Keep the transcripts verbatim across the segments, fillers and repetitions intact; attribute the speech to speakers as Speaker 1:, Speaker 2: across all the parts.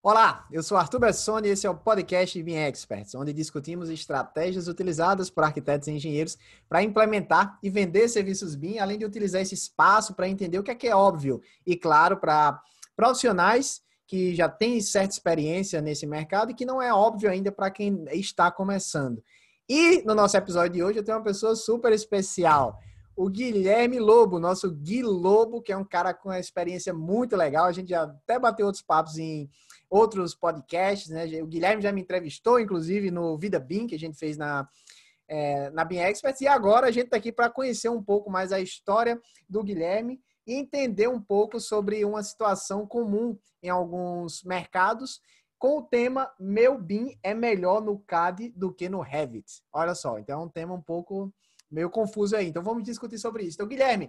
Speaker 1: Olá, eu sou Arthur Bessoni e esse é o podcast B I M Experts, onde discutimos estratégias utilizadas por arquitetos e engenheiros para implementar e vender serviços B I M, além de utilizar esse espaço para entender o que é que é óbvio e claro para profissionais que já têm certa experiência nesse mercado e que não é óbvio ainda para quem está começando. E no nosso episódio de hoje eu tenho uma pessoa super especial, o Guilherme Lobo, nosso Gui Lobo, que é um cara com uma experiência muito legal. A gente já até bateu outros papos em outros podcasts, né? O Guilherme já me entrevistou, inclusive, no Vida B I M, que a gente fez na, é, na B I M Experts. E agora a gente está aqui para conhecer um pouco mais a história do Guilherme e entender um pouco sobre uma situação comum em alguns mercados com o tema Meu B I M é melhor no C A D do que no Revit. Olha só, então é um tema um pouco meio confuso aí. Então vamos discutir sobre isso. Então, Guilherme.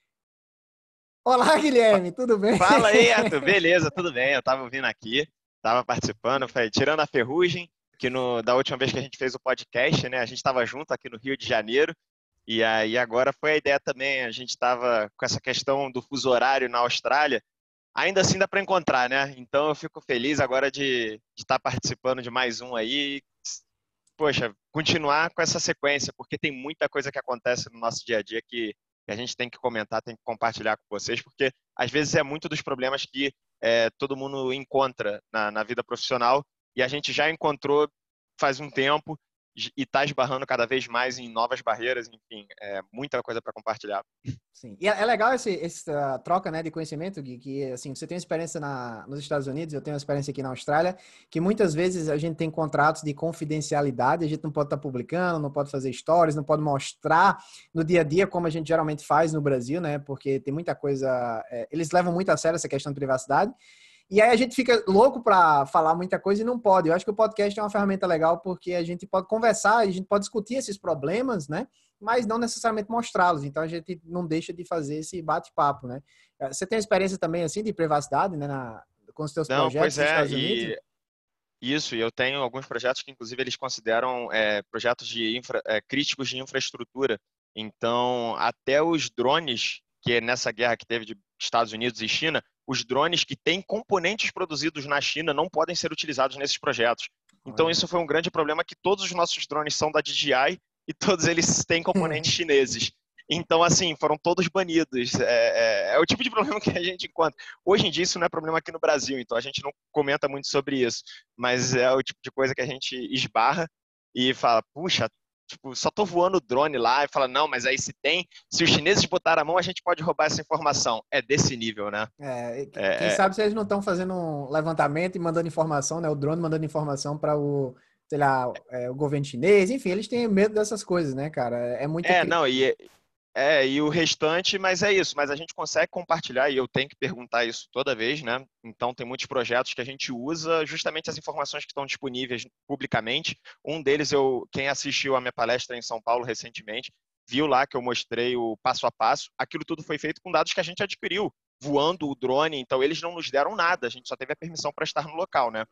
Speaker 1: Olá, Guilherme, tudo bem?
Speaker 2: Fala aí, Arthur. Beleza, tudo bem. Eu estava ouvindo aqui, estava participando, foi, tirando a ferrugem, que no, da última vez que a gente fez o podcast, né? A gente estava junto aqui no Rio de Janeiro, e aí agora foi a ideia também, a gente estava com essa questão do fuso horário na Austrália, ainda assim dá para encontrar, né? Então eu fico feliz agora de estar participando de mais um aí, poxa, continuar com essa sequência, porque tem muita coisa que acontece no nosso dia a dia que, que a gente tem que comentar, tem que compartilhar com vocês, porque às vezes é muito dos problemas que é, todo mundo encontra na, na vida profissional e a gente já encontrou faz um tempo e está esbarrando cada vez mais em novas barreiras, enfim, é muita coisa para compartilhar.
Speaker 1: Sim, e é legal esse, essa troca, né, de conhecimento, Gui, que assim, você tem experiência na, nos Estados Unidos, eu tenho experiência aqui na Austrália, que muitas vezes a gente tem contratos de confidencialidade, a gente não pode estar publicando, não pode fazer stories, não pode mostrar no dia a dia como a gente geralmente faz no Brasil, né, porque tem muita coisa, é, eles levam muito a sério essa questão de privacidade. E aí a gente fica louco para falar muita coisa e não pode. Eu acho que o podcast é uma ferramenta legal porque a gente pode conversar, a gente pode discutir esses problemas, né? Mas não necessariamente mostrá-los. Então a gente não deixa de fazer esse bate-papo, né? Você tem experiência também assim de privacidade, né? Na, com os seus
Speaker 2: Não,
Speaker 1: projetos
Speaker 2: pois
Speaker 1: nos
Speaker 2: é,
Speaker 1: Estados Unidos?
Speaker 2: e isso, e eu tenho alguns projetos que, inclusive, eles consideram é, projetos de infra, é, críticos de infraestrutura. Então, até os drones, que é nessa guerra que teve de Estados Unidos e China, os drones que têm componentes produzidos na China não podem ser utilizados nesses projetos. Então,
Speaker 1: Olha.
Speaker 2: isso foi um grande problema, que todos os nossos drones são da D J I e todos eles têm componentes chineses. Então, assim, foram todos banidos. É, é, é o tipo de problema que a gente encontra. Hoje em dia, isso não é problema aqui no Brasil, então a gente não comenta muito sobre isso. Mas é o tipo de coisa que a gente esbarra e fala, puxa, tipo, só tô voando drone lá, e fala, não, mas aí se tem, se os chineses botaram a mão, a gente pode roubar essa informação. É desse nível, né?
Speaker 1: É, quem
Speaker 2: É, é,
Speaker 1: sabe se eles não estão fazendo um levantamento e mandando informação, né? O drone mandando informação para o, sei lá, é, o governo chinês. Enfim, eles têm medo dessas coisas, né, cara? É muita
Speaker 2: é,
Speaker 1: crise.
Speaker 2: não, e É, e o restante, mas é isso, mas a gente consegue compartilhar e eu tenho que perguntar isso toda vez, né? Então tem muitos projetos que a gente usa justamente as informações que estão disponíveis publicamente. Um deles, eu, quem assistiu a minha palestra em São Paulo recentemente, viu lá que eu mostrei o passo a passo. Aquilo tudo foi feito com dados que a gente adquiriu, voando o drone, então eles não nos deram nada, a gente só teve a permissão para estar no local, né?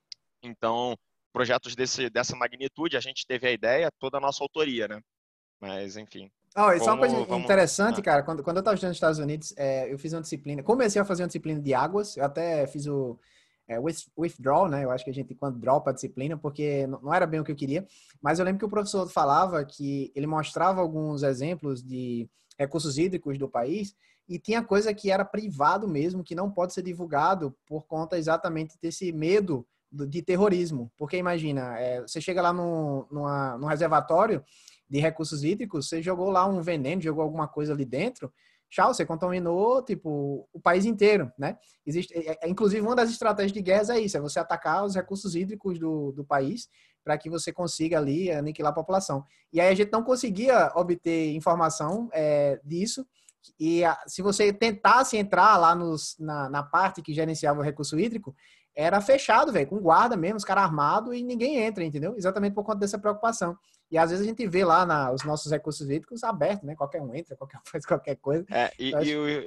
Speaker 2: Então, projetos desse, dessa magnitude, a gente teve a ideia, toda a nossa autoria, né? Mas, enfim,
Speaker 1: Oh, isso é uma coisa
Speaker 2: vamos, vamos.
Speaker 1: interessante,
Speaker 2: Ah.
Speaker 1: cara. Quando, quando eu estava estudando nos Estados Unidos, é, eu fiz uma disciplina. Comecei a fazer uma disciplina de águas. Eu até fiz o é, with- withdraw, né? Eu acho que a gente quando dropa a disciplina, porque não não era bem o que eu queria. Mas eu lembro que o professor falava que ele mostrava alguns exemplos de recursos hídricos do país e tinha coisa que era privado mesmo, que não pode ser divulgado por conta exatamente desse medo do- de terrorismo. Porque imagina, é, você chega lá no, numa, num reservatório de recursos hídricos, você jogou lá um veneno, jogou alguma coisa ali dentro, tchau, você contaminou, tipo, o país inteiro, né? Existe, é, é, inclusive, uma das estratégias de guerra é isso, é você atacar os recursos hídricos do, do país para que você consiga ali aniquilar a população. E aí a gente não conseguia obter informação é, disso, e a, se você tentasse entrar lá nos, na, na parte que gerenciava o recurso hídrico, era fechado, velho, com guarda mesmo, os caras armados e ninguém entra, entendeu? Exatamente por conta dessa preocupação. E às vezes a gente vê lá na, os nossos recursos hídricos abertos, né? Qualquer um entra, qualquer um faz qualquer coisa.
Speaker 2: É, e,
Speaker 1: Eu
Speaker 2: e,
Speaker 1: acho...
Speaker 2: o-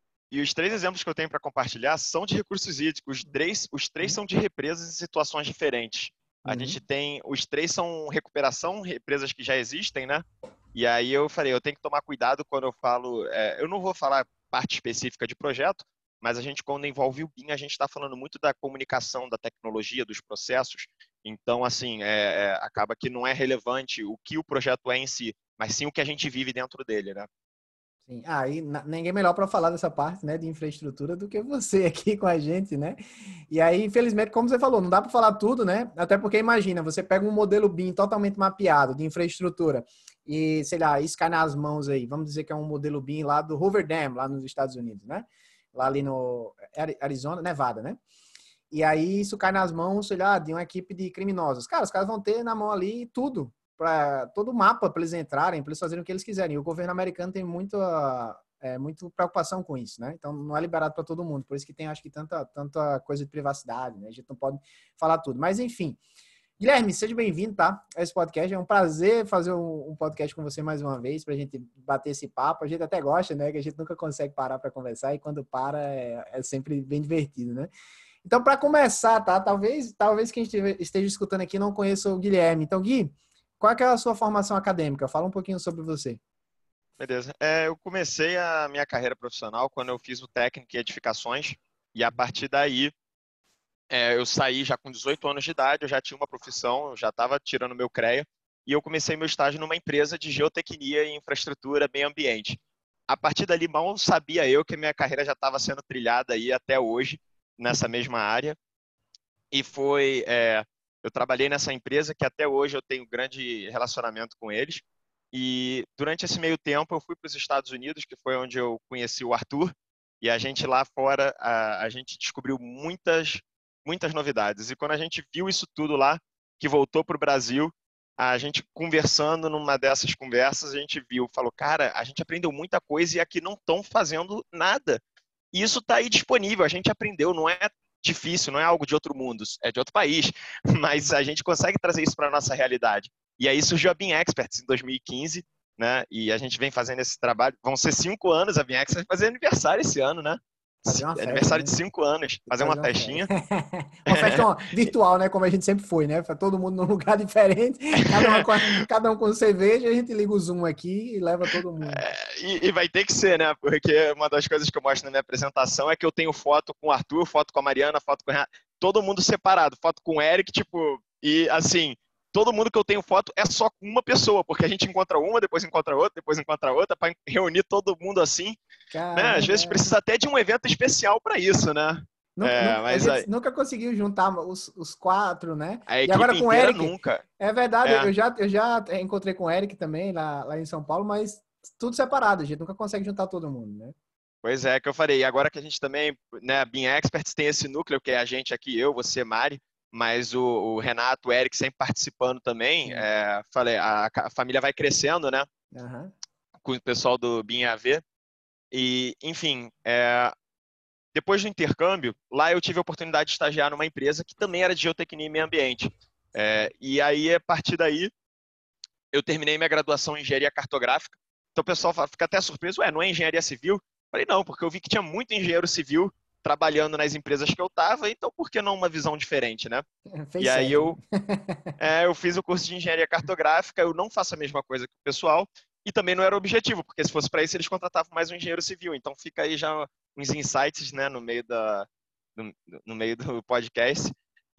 Speaker 2: e os três exemplos que eu tenho para compartilhar são de recursos hídricos. Os três, os três são de represas em situações diferentes. A
Speaker 1: Uhum.
Speaker 2: gente tem, os três são recuperação, represas que já existem, né? E aí eu falei, eu tenho que tomar cuidado quando eu falo, é, eu não vou falar parte específica de projeto, mas a gente, quando envolve o B I M, a gente está falando muito da comunicação, da tecnologia, dos processos. Então, assim, é, é, acaba que não é relevante o que o projeto é em si, mas sim o que a gente vive dentro dele, né?
Speaker 1: Sim. Ah, e na- ninguém melhor para falar dessa parte, né, de infraestrutura do que você aqui com a gente, né? E aí, infelizmente, como você falou, não dá para falar tudo, né? Até porque imagina, você pega um modelo B I M totalmente mapeado de infraestrutura e, sei lá, isso cai nas mãos aí. Vamos dizer que é um modelo B I M lá do Hoover Dam, lá nos Estados Unidos, né? Lá ali no Ari- Arizona, Nevada, né? E aí isso cai nas mãos, sei lá, de uma equipe de criminosos. Cara, os caras vão ter na mão ali tudo, para todo o mapa para eles entrarem, para eles fazerem o que eles quiserem. E o governo americano tem muita, é, muito preocupação com isso, né? Então não é liberado para todo mundo. Por isso que tem, acho que, tanta, tanta coisa de privacidade, né? A gente não pode falar tudo. Mas enfim. Guilherme, seja bem-vindo, tá? A esse podcast. É um prazer fazer um, um podcast com você mais uma vez, para a gente bater esse papo. A gente até gosta, né? Que a gente nunca consegue parar para conversar e quando para é, é sempre bem divertido, né? Então, para começar, tá? Talvez, talvez quem esteja escutando aqui não conheça o Guilherme. Então, Gui, qual é, que é a sua formação acadêmica? Fala um pouquinho sobre você.
Speaker 2: Beleza. É, eu comecei a minha carreira profissional quando eu fiz o técnico em edificações, e a partir daí é, eu saí já com dezoito anos de idade, eu já tinha uma profissão, eu já estava tirando meu CREA, e eu comecei meu estágio numa empresa de geotecnia e infraestrutura meio ambiente. A partir dali, mal sabia eu que a minha carreira já estava sendo trilhada aí até hoje, nessa mesma área, e foi... é, eu trabalhei nessa empresa que até hoje eu tenho grande relacionamento com eles, e durante esse meio tempo eu fui para os Estados Unidos, que foi onde eu conheci o Arthur, e a gente lá fora, a, a gente descobriu muitas, muitas novidades. E quando a gente viu isso tudo lá, que voltou para o Brasil, a gente conversando numa dessas conversas, a gente viu, falou, cara, a gente aprendeu muita coisa e aqui não estão fazendo nada. E isso está aí disponível, a gente aprendeu, não é difícil, não é algo de outro mundo, é de outro país, mas a gente consegue trazer isso para a nossa realidade. E aí surgiu a B I M Experts em dois mil e quinze, né? E a gente vem fazendo esse trabalho. Vão ser cinco anos, a B I M Experts vai fazer aniversário esse ano, né?
Speaker 1: Fazer uma festa,
Speaker 2: Aniversário de
Speaker 1: né?
Speaker 2: cinco anos. Fazer uma
Speaker 1: Fazer uma festa.
Speaker 2: festinha.
Speaker 1: Uma festa ó, virtual, né? Como a gente sempre foi, né? Pra todo mundo num lugar diferente, cada, uma, com a- cada um com cerveja, a gente liga o Zoom aqui e leva todo mundo.
Speaker 2: E, e vai ter que ser, né? Porque uma das coisas que eu mostro na minha apresentação é que eu tenho foto com o Arthur, foto com a Mariana, foto com o Renato, todo mundo separado, foto com o Eric, tipo, e assim, todo mundo que eu tenho foto é só com uma pessoa, porque a gente encontra uma, depois encontra outra, depois encontra outra, para reunir todo mundo assim, né? Às vezes
Speaker 1: Caramba,
Speaker 2: precisa até de um evento especial para isso, né?
Speaker 1: nunca,
Speaker 2: É,
Speaker 1: nunca, a
Speaker 2: mas a,
Speaker 1: gente nunca conseguiu juntar os, os quatro, né?
Speaker 2: a
Speaker 1: E agora
Speaker 2: equipe
Speaker 1: com o
Speaker 2: inteira
Speaker 1: Eric,
Speaker 2: nunca.
Speaker 1: é verdade,
Speaker 2: É,
Speaker 1: eu já, eu já encontrei com o Eric também lá, lá em São Paulo, mas tudo separado, a gente nunca consegue juntar todo mundo, né?
Speaker 2: pois é, que eu falei. E agora que a gente também, né, a B I M Experts tem esse núcleo, que é a gente aqui, eu, você, Mari, mas o, o Renato, o Eric sempre participando também.
Speaker 1: Sim.
Speaker 2: É, falei, a, a família vai crescendo, né,
Speaker 1: Aham.
Speaker 2: com o pessoal do B I M A V. E, enfim, é, depois do intercâmbio, lá eu tive a oportunidade de estagiar numa empresa que também era de geotecnia e meio ambiente. É, e aí, a partir daí, eu terminei minha graduação em engenharia cartográfica. Então o pessoal fica até surpreso, ué, não é engenharia civil? Falei, não, porque eu vi que tinha muito engenheiro civil trabalhando nas empresas que eu estava, então por que não uma visão diferente, né?
Speaker 1: Fez
Speaker 2: E aí
Speaker 1: certo, né?
Speaker 2: eu, é, eu fiz o curso de engenharia cartográfica, eu não faço a mesma coisa que o pessoal, e também não era o objetivo, porque se fosse para isso eles contratavam mais um engenheiro civil. Então fica aí já uns insights, né, no meio da, no, no meio do podcast.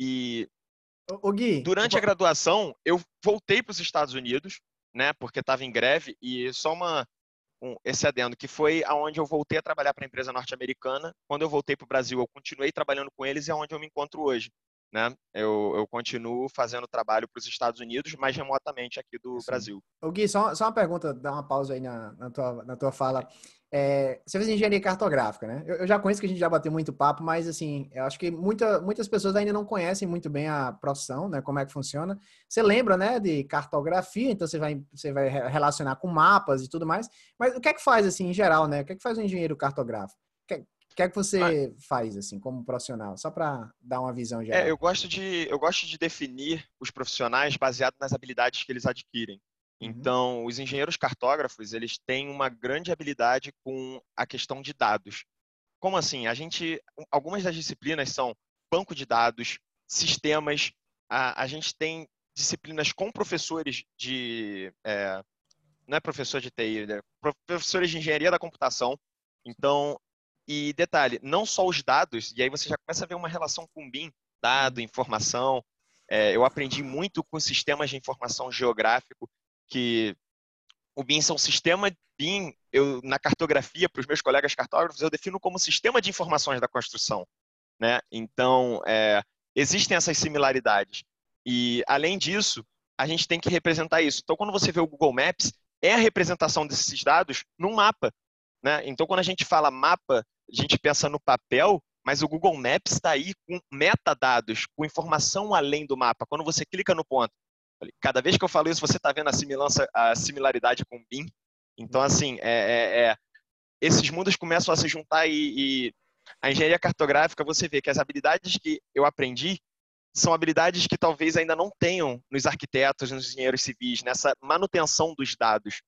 Speaker 2: E
Speaker 1: Ô, ô, Gui,
Speaker 2: durante a graduação, eu voltei para os Estados Unidos, né, porque estava em greve, e só uma, um, esse adendo, que foi aonde eu voltei a trabalhar para a empresa norte-americana. Quando eu voltei para o Brasil, eu continuei trabalhando com eles e é onde eu me encontro hoje. Né? Eu, eu continuo fazendo trabalho para os Estados Unidos, mas remotamente aqui do
Speaker 1: sim.
Speaker 2: Brasil.
Speaker 1: Ô, Gui, só, só uma pergunta, dá uma pausa aí na, na tua, na tua
Speaker 2: Ok.
Speaker 1: fala. É, você fez engenharia cartográfica, né? Eu, eu já conheço que a gente já bateu muito papo, mas assim, eu acho que muita, muitas pessoas ainda não conhecem muito bem a profissão, né? Como é que funciona. Você lembra, né, de cartografia, então você vai, você vai relacionar com mapas e tudo mais. Mas o que é que faz, assim, em geral, né? O que é que faz um engenheiro cartográfico? O que, é- o que é que
Speaker 2: Ah,
Speaker 1: você faz, assim, como profissional? Só para dar uma visão
Speaker 2: é,
Speaker 1: geral.
Speaker 2: eu gosto de, eu gosto de definir os profissionais baseado nas habilidades que eles adquirem.
Speaker 1: Uhum.
Speaker 2: Então, os engenheiros cartógrafos, eles têm uma grande habilidade com a questão de dados. Como assim? A gente, algumas das disciplinas são banco de dados, sistemas. A, a gente tem disciplinas com professores de, é, não é professor de T I, né? Professores de engenharia da computação. Então, e detalhe, não só os dados, e aí você já começa a ver uma relação com o B I M, dado, informação. É, eu aprendi muito com sistemas de informação geográfico, que o B I M são sistema B I M, eu, na cartografia, para os meus colegas cartógrafos, eu defino como sistema de informações da construção, né? Então, é, existem essas similaridades. E, além disso, a gente tem que representar isso. Então, quando você vê o Google Maps, é a representação desses dados num mapa, né? Então, quando a gente fala mapa, a gente pensa no papel, mas o Google Maps está aí com metadados, com informação além do mapa. Quando você clica no ponto, cada vez que eu falo isso, você está vendo a, similança, a similaridade com o B I M. Então, assim, é, é, é, esses mundos começam a se juntar e, e a engenharia cartográfica, você vê que as habilidades que eu aprendi são habilidades que talvez ainda não tenham nos arquitetos, nos engenheiros civis, nessa manutenção dos dados.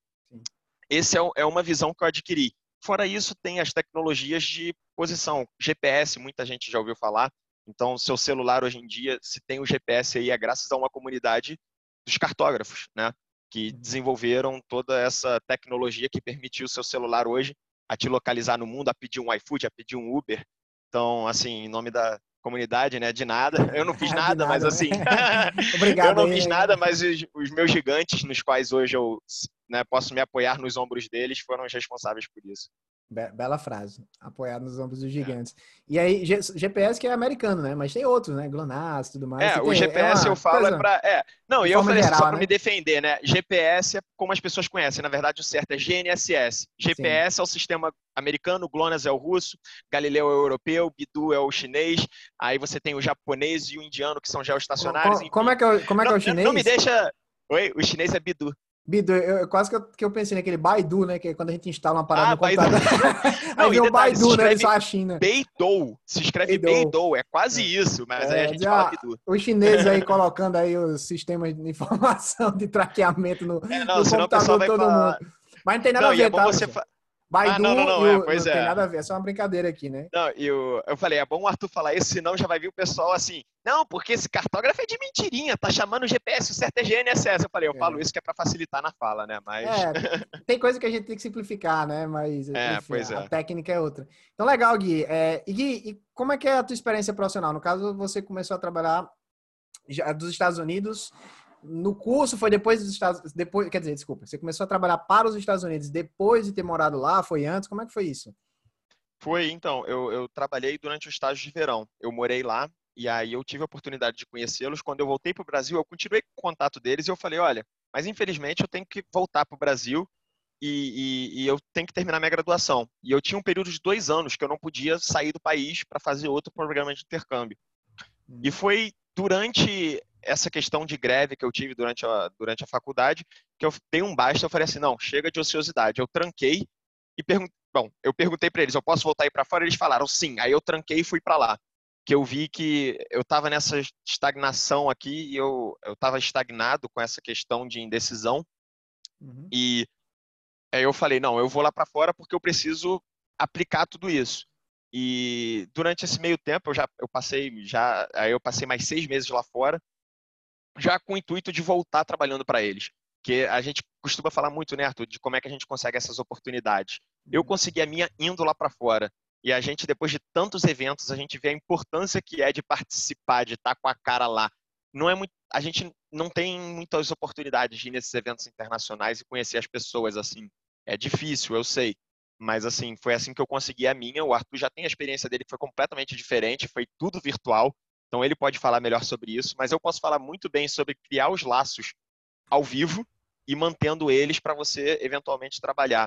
Speaker 2: Essa é, é uma visão que eu adquiri. Fora isso, tem as tecnologias de posição. G P S, muita gente já ouviu falar. Então, seu celular hoje em dia, se tem o G P S aí, é graças a uma comunidade dos cartógrafos, né? Que desenvolveram toda essa tecnologia que permitiu o seu celular hoje a te localizar no mundo, a pedir um iFood, a pedir um Uber. Então, assim, em nome da comunidade, né? De nada. Eu não fiz nada, nada mas assim...
Speaker 1: Obrigado.
Speaker 2: Eu não
Speaker 1: aí,
Speaker 2: fiz
Speaker 1: né?
Speaker 2: nada, mas os, os meus gigantes, nos quais hoje eu, né, posso me apoiar nos ombros deles, foram os responsáveis por isso.
Speaker 1: Be bela frase. Apoiado nos ombros dos gigantes. É. E aí, G GPS que é americano, né? Mas tem outros, né? GLONASS e tudo mais.
Speaker 2: É,
Speaker 1: tem,
Speaker 2: o G P S
Speaker 1: é
Speaker 2: eu falo
Speaker 1: coisa,
Speaker 2: é pra... É. Não, e eu falei
Speaker 1: geral,
Speaker 2: assim, só pra
Speaker 1: né?
Speaker 2: me defender, né? G P S é como as pessoas conhecem. Na verdade, o certo é G N S S. G P S Sim. é o sistema americano, GLONASS é o russo, Galileu é o europeu, Bidu é o chinês, aí você tem o japonês e o indiano, que são geoestacionários,
Speaker 1: como, como, é que é, como é que é o chinês?
Speaker 2: Não, não me deixa... Oi? O chinês é Bidu.
Speaker 1: Bidu, eu, quase que eu, que eu pensei naquele Baidu, né? Que é quando a gente instala uma parada
Speaker 2: ah,
Speaker 1: no computador.
Speaker 2: Não,
Speaker 1: aí vem o
Speaker 2: detalhe,
Speaker 1: Baidu, né? Ele só a China.
Speaker 2: Beidou. Se escreve Beidou. É quase é. isso, mas é, aí a gente fala Bidu.
Speaker 1: Os chineses aí colocando aí os sistemas de informação, de traqueamento no,
Speaker 2: é, não,
Speaker 1: no computador de todo
Speaker 2: falar...
Speaker 1: mundo. Mas não tem nada
Speaker 2: não,
Speaker 1: a ver,
Speaker 2: é bom
Speaker 1: tá?
Speaker 2: Você fa...
Speaker 1: Baidu
Speaker 2: ah, não, não, não,
Speaker 1: e o...
Speaker 2: é, pois
Speaker 1: não
Speaker 2: é.
Speaker 1: tem nada a ver, é só uma brincadeira aqui, né?
Speaker 2: Não, e o... eu falei, é bom o Arthur falar isso, senão já vai vir o pessoal assim, não, porque esse cartógrafo é de mentirinha, tá chamando o G P S, o certo é G N S S. Eu falei, eu é. falo isso que é pra facilitar na fala, né? Mas...
Speaker 1: É, tem coisa que a gente tem que simplificar, né? Mas,
Speaker 2: é,
Speaker 1: enfim,
Speaker 2: pois
Speaker 1: a
Speaker 2: é.
Speaker 1: técnica é outra. Então, legal, Gui. É, e, Gui, e como é que é a tua experiência profissional? No caso, você começou a trabalhar já dos Estados Unidos... No curso foi depois dos Estados depois, quer dizer, desculpa, você começou a trabalhar para os Estados Unidos depois de ter morado lá, foi antes? Como é que foi isso?
Speaker 2: Foi, então, eu, eu trabalhei durante o estágio de verão. Eu morei lá e aí eu tive a oportunidade de conhecê-los. Quando eu voltei para o Brasil, eu continuei com o contato deles e eu falei, olha, mas infelizmente eu tenho que voltar para o Brasil e, e, e eu tenho que terminar minha graduação. E eu tinha um período de dois anos que eu não podia sair do país para fazer outro programa de intercâmbio. Hum. E foi durante essa questão de greve que eu tive durante a, durante a faculdade, que eu dei um basta, eu falei assim, não, chega de ociosidade. Eu tranquei e perguntei, bom, eu perguntei para eles, eu posso voltar aí para fora? Eles falaram sim. Aí eu tranquei e fui para lá. Que eu vi que eu estava nessa estagnação aqui e eu eu estava estagnado com essa questão de indecisão. Uhum. E aí eu falei, não, eu vou lá para fora porque eu preciso aplicar tudo isso. E durante esse meio tempo eu já eu passei já aí eu passei mais seis meses lá fora, já com o intuito de voltar trabalhando para eles. Que a gente costuma falar muito, né, Arthur, de como é que a gente consegue essas oportunidades. Eu consegui a minha indo lá para fora. E a gente, depois de tantos eventos, a gente vê a importância que é de participar, de estar com a cara lá. Não é muito, a gente não tem muitas oportunidades de ir nesses eventos internacionais e conhecer as pessoas assim. É difícil, eu sei. Mas assim, foi assim que eu consegui a minha. O Arthur já tem a experiência dele que foi completamente diferente, foi tudo virtual. Então ele pode falar melhor sobre isso, mas eu posso falar muito bem sobre criar os laços ao vivo e mantendo eles para você eventualmente trabalhar.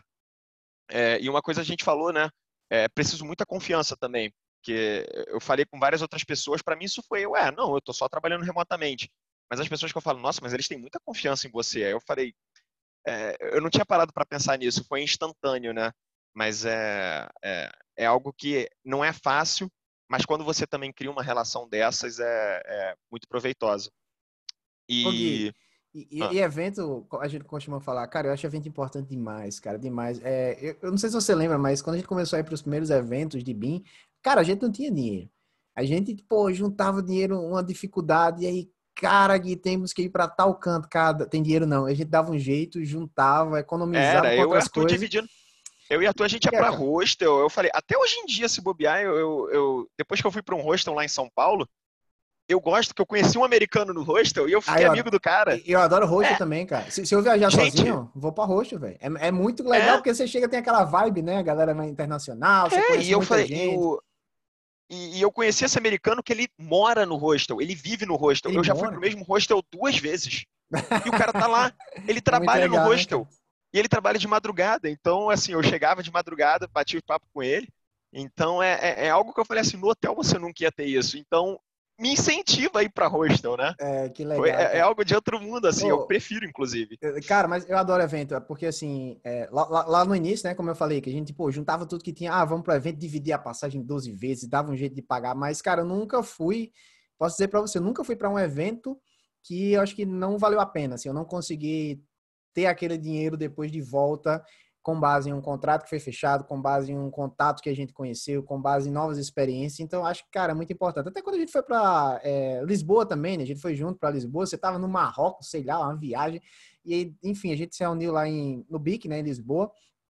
Speaker 2: É, e uma coisa a gente falou, né? É preciso muita confiança também, porque eu falei com várias outras pessoas, para mim isso foi, ué, não, eu tô só trabalhando remotamente. Mas as pessoas que eu falo, nossa, mas eles têm muita confiança em você. Aí eu falei, é, eu não tinha parado para pensar nisso, foi instantâneo, né? Mas é, é, é algo que não é fácil, mas quando você também cria uma relação dessas, é, é muito proveitosa.
Speaker 1: E... Ô, Gui, e, ah. e evento, a gente costuma falar, cara, eu acho evento importante demais, cara, demais. É, eu, eu não sei se você lembra, mas quando a gente começou a ir para os primeiros eventos de B I M, cara, a gente não tinha dinheiro. A gente, pô, juntava dinheiro, uma dificuldade, e aí, cara, Gui, temos que ir para tal canto, cara, tem dinheiro não. A gente dava um jeito, juntava, economizava
Speaker 2: Era,
Speaker 1: com
Speaker 2: eu
Speaker 1: outras
Speaker 2: Arthur
Speaker 1: coisas.
Speaker 2: dividindo. Eu e a tua, a gente ia
Speaker 1: Que é,
Speaker 2: pra
Speaker 1: cara?
Speaker 2: hostel. Eu falei, até hoje em dia, se bobear, eu, eu, eu- depois que eu fui pra um hostel lá em São Paulo, eu gosto que eu conheci um americano no hostel e eu
Speaker 1: Ah,
Speaker 2: fiquei
Speaker 1: eu,
Speaker 2: amigo do cara.
Speaker 1: eu adoro hostel
Speaker 2: É,
Speaker 1: também, cara. Se, se eu viajar
Speaker 2: gente,
Speaker 1: sozinho, vou pra hostel, velho. É, é muito legal
Speaker 2: é,
Speaker 1: porque você chega, tem aquela vibe, né? A galera mais internacional, você
Speaker 2: é. E
Speaker 1: conhece
Speaker 2: eu
Speaker 1: muita
Speaker 2: falei, e,
Speaker 1: gente.
Speaker 2: o, e, e eu conheci esse americano que ele mora no hostel, ele vive no hostel.
Speaker 1: Ele
Speaker 2: Eu já fui pro
Speaker 1: mora.
Speaker 2: mesmo hostel duas vezes. E o cara tá lá, ele
Speaker 1: É muito
Speaker 2: trabalha no
Speaker 1: legal, né, cara?
Speaker 2: hostel. E ele trabalha de madrugada. Então, assim, eu chegava de madrugada, batia o papo com ele. Então, é, é, é algo que eu falei assim, no hotel você nunca ia ter isso. Então, me incentiva a ir pra hostel, né?
Speaker 1: É, que
Speaker 2: Foi,
Speaker 1: legal,
Speaker 2: é, é
Speaker 1: cara.
Speaker 2: algo de outro mundo, assim, eu
Speaker 1: Ô,
Speaker 2: prefiro, inclusive.
Speaker 1: eu- cara, mas eu adoro evento, é porque assim, é, lá, lá- lá no início, né, como eu falei, que a gente, pô, juntava tudo que tinha, ah, vamos pro evento, dividir a passagem em doze vezes, dava um jeito de pagar, mas, cara, eu nunca fui, posso dizer pra você, eu nunca fui pra um evento que eu acho que não valeu a pena, assim, eu não consegui ter aquele dinheiro depois de volta com base em um contrato que foi fechado, com base em um contato que a gente conheceu, com base em novas experiências. Então, eu acho que, cara, é muito importante. Até quando a gente foi para é, Lisboa também, né? A gente foi junto para Lisboa, você tava no Marrocos, sei lá, uma viagem. E, enfim, a gente se reuniu lá em, no BIC, né, em Lisboa.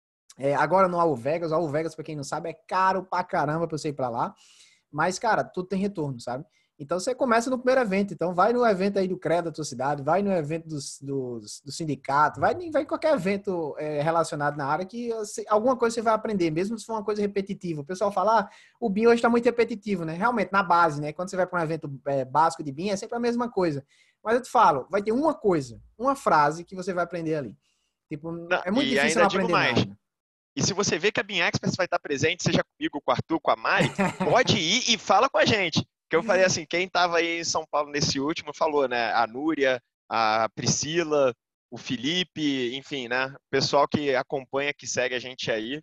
Speaker 1: É, agora no Al Vegas. O Al Vegas, para quem não sabe, é caro pra caramba pra você ir pra lá. Mas, cara, tudo tem retorno, sabe? Então você começa no primeiro evento. Então vai no evento aí do C R E A da tua cidade, vai no evento dos, dos, do sindicato, vai, vai em qualquer evento é, relacionado na área que você, alguma coisa você vai aprender, mesmo se for uma coisa repetitiva. O pessoal fala, ah, o B I M hoje está muito repetitivo, né? Realmente, na base, né? Quando você vai para um evento é, básico de B I M, é sempre a mesma coisa. Mas eu te falo, vai ter uma coisa, uma frase que você vai aprender ali. Tipo,
Speaker 2: Não,
Speaker 1: é muito
Speaker 2: e
Speaker 1: difícil
Speaker 2: ainda
Speaker 1: não
Speaker 2: digo
Speaker 1: aprender
Speaker 2: mais.
Speaker 1: nada.
Speaker 2: E se você vê que a Bean Experts vai estar presente, seja comigo, com o Arthur, com a Mari, pode ir e fala com a gente. Que eu falei assim, quem estava aí em São Paulo nesse último falou, né? A Núria, a Priscila, o Felipe, enfim, né? O pessoal que acompanha, que segue a gente aí.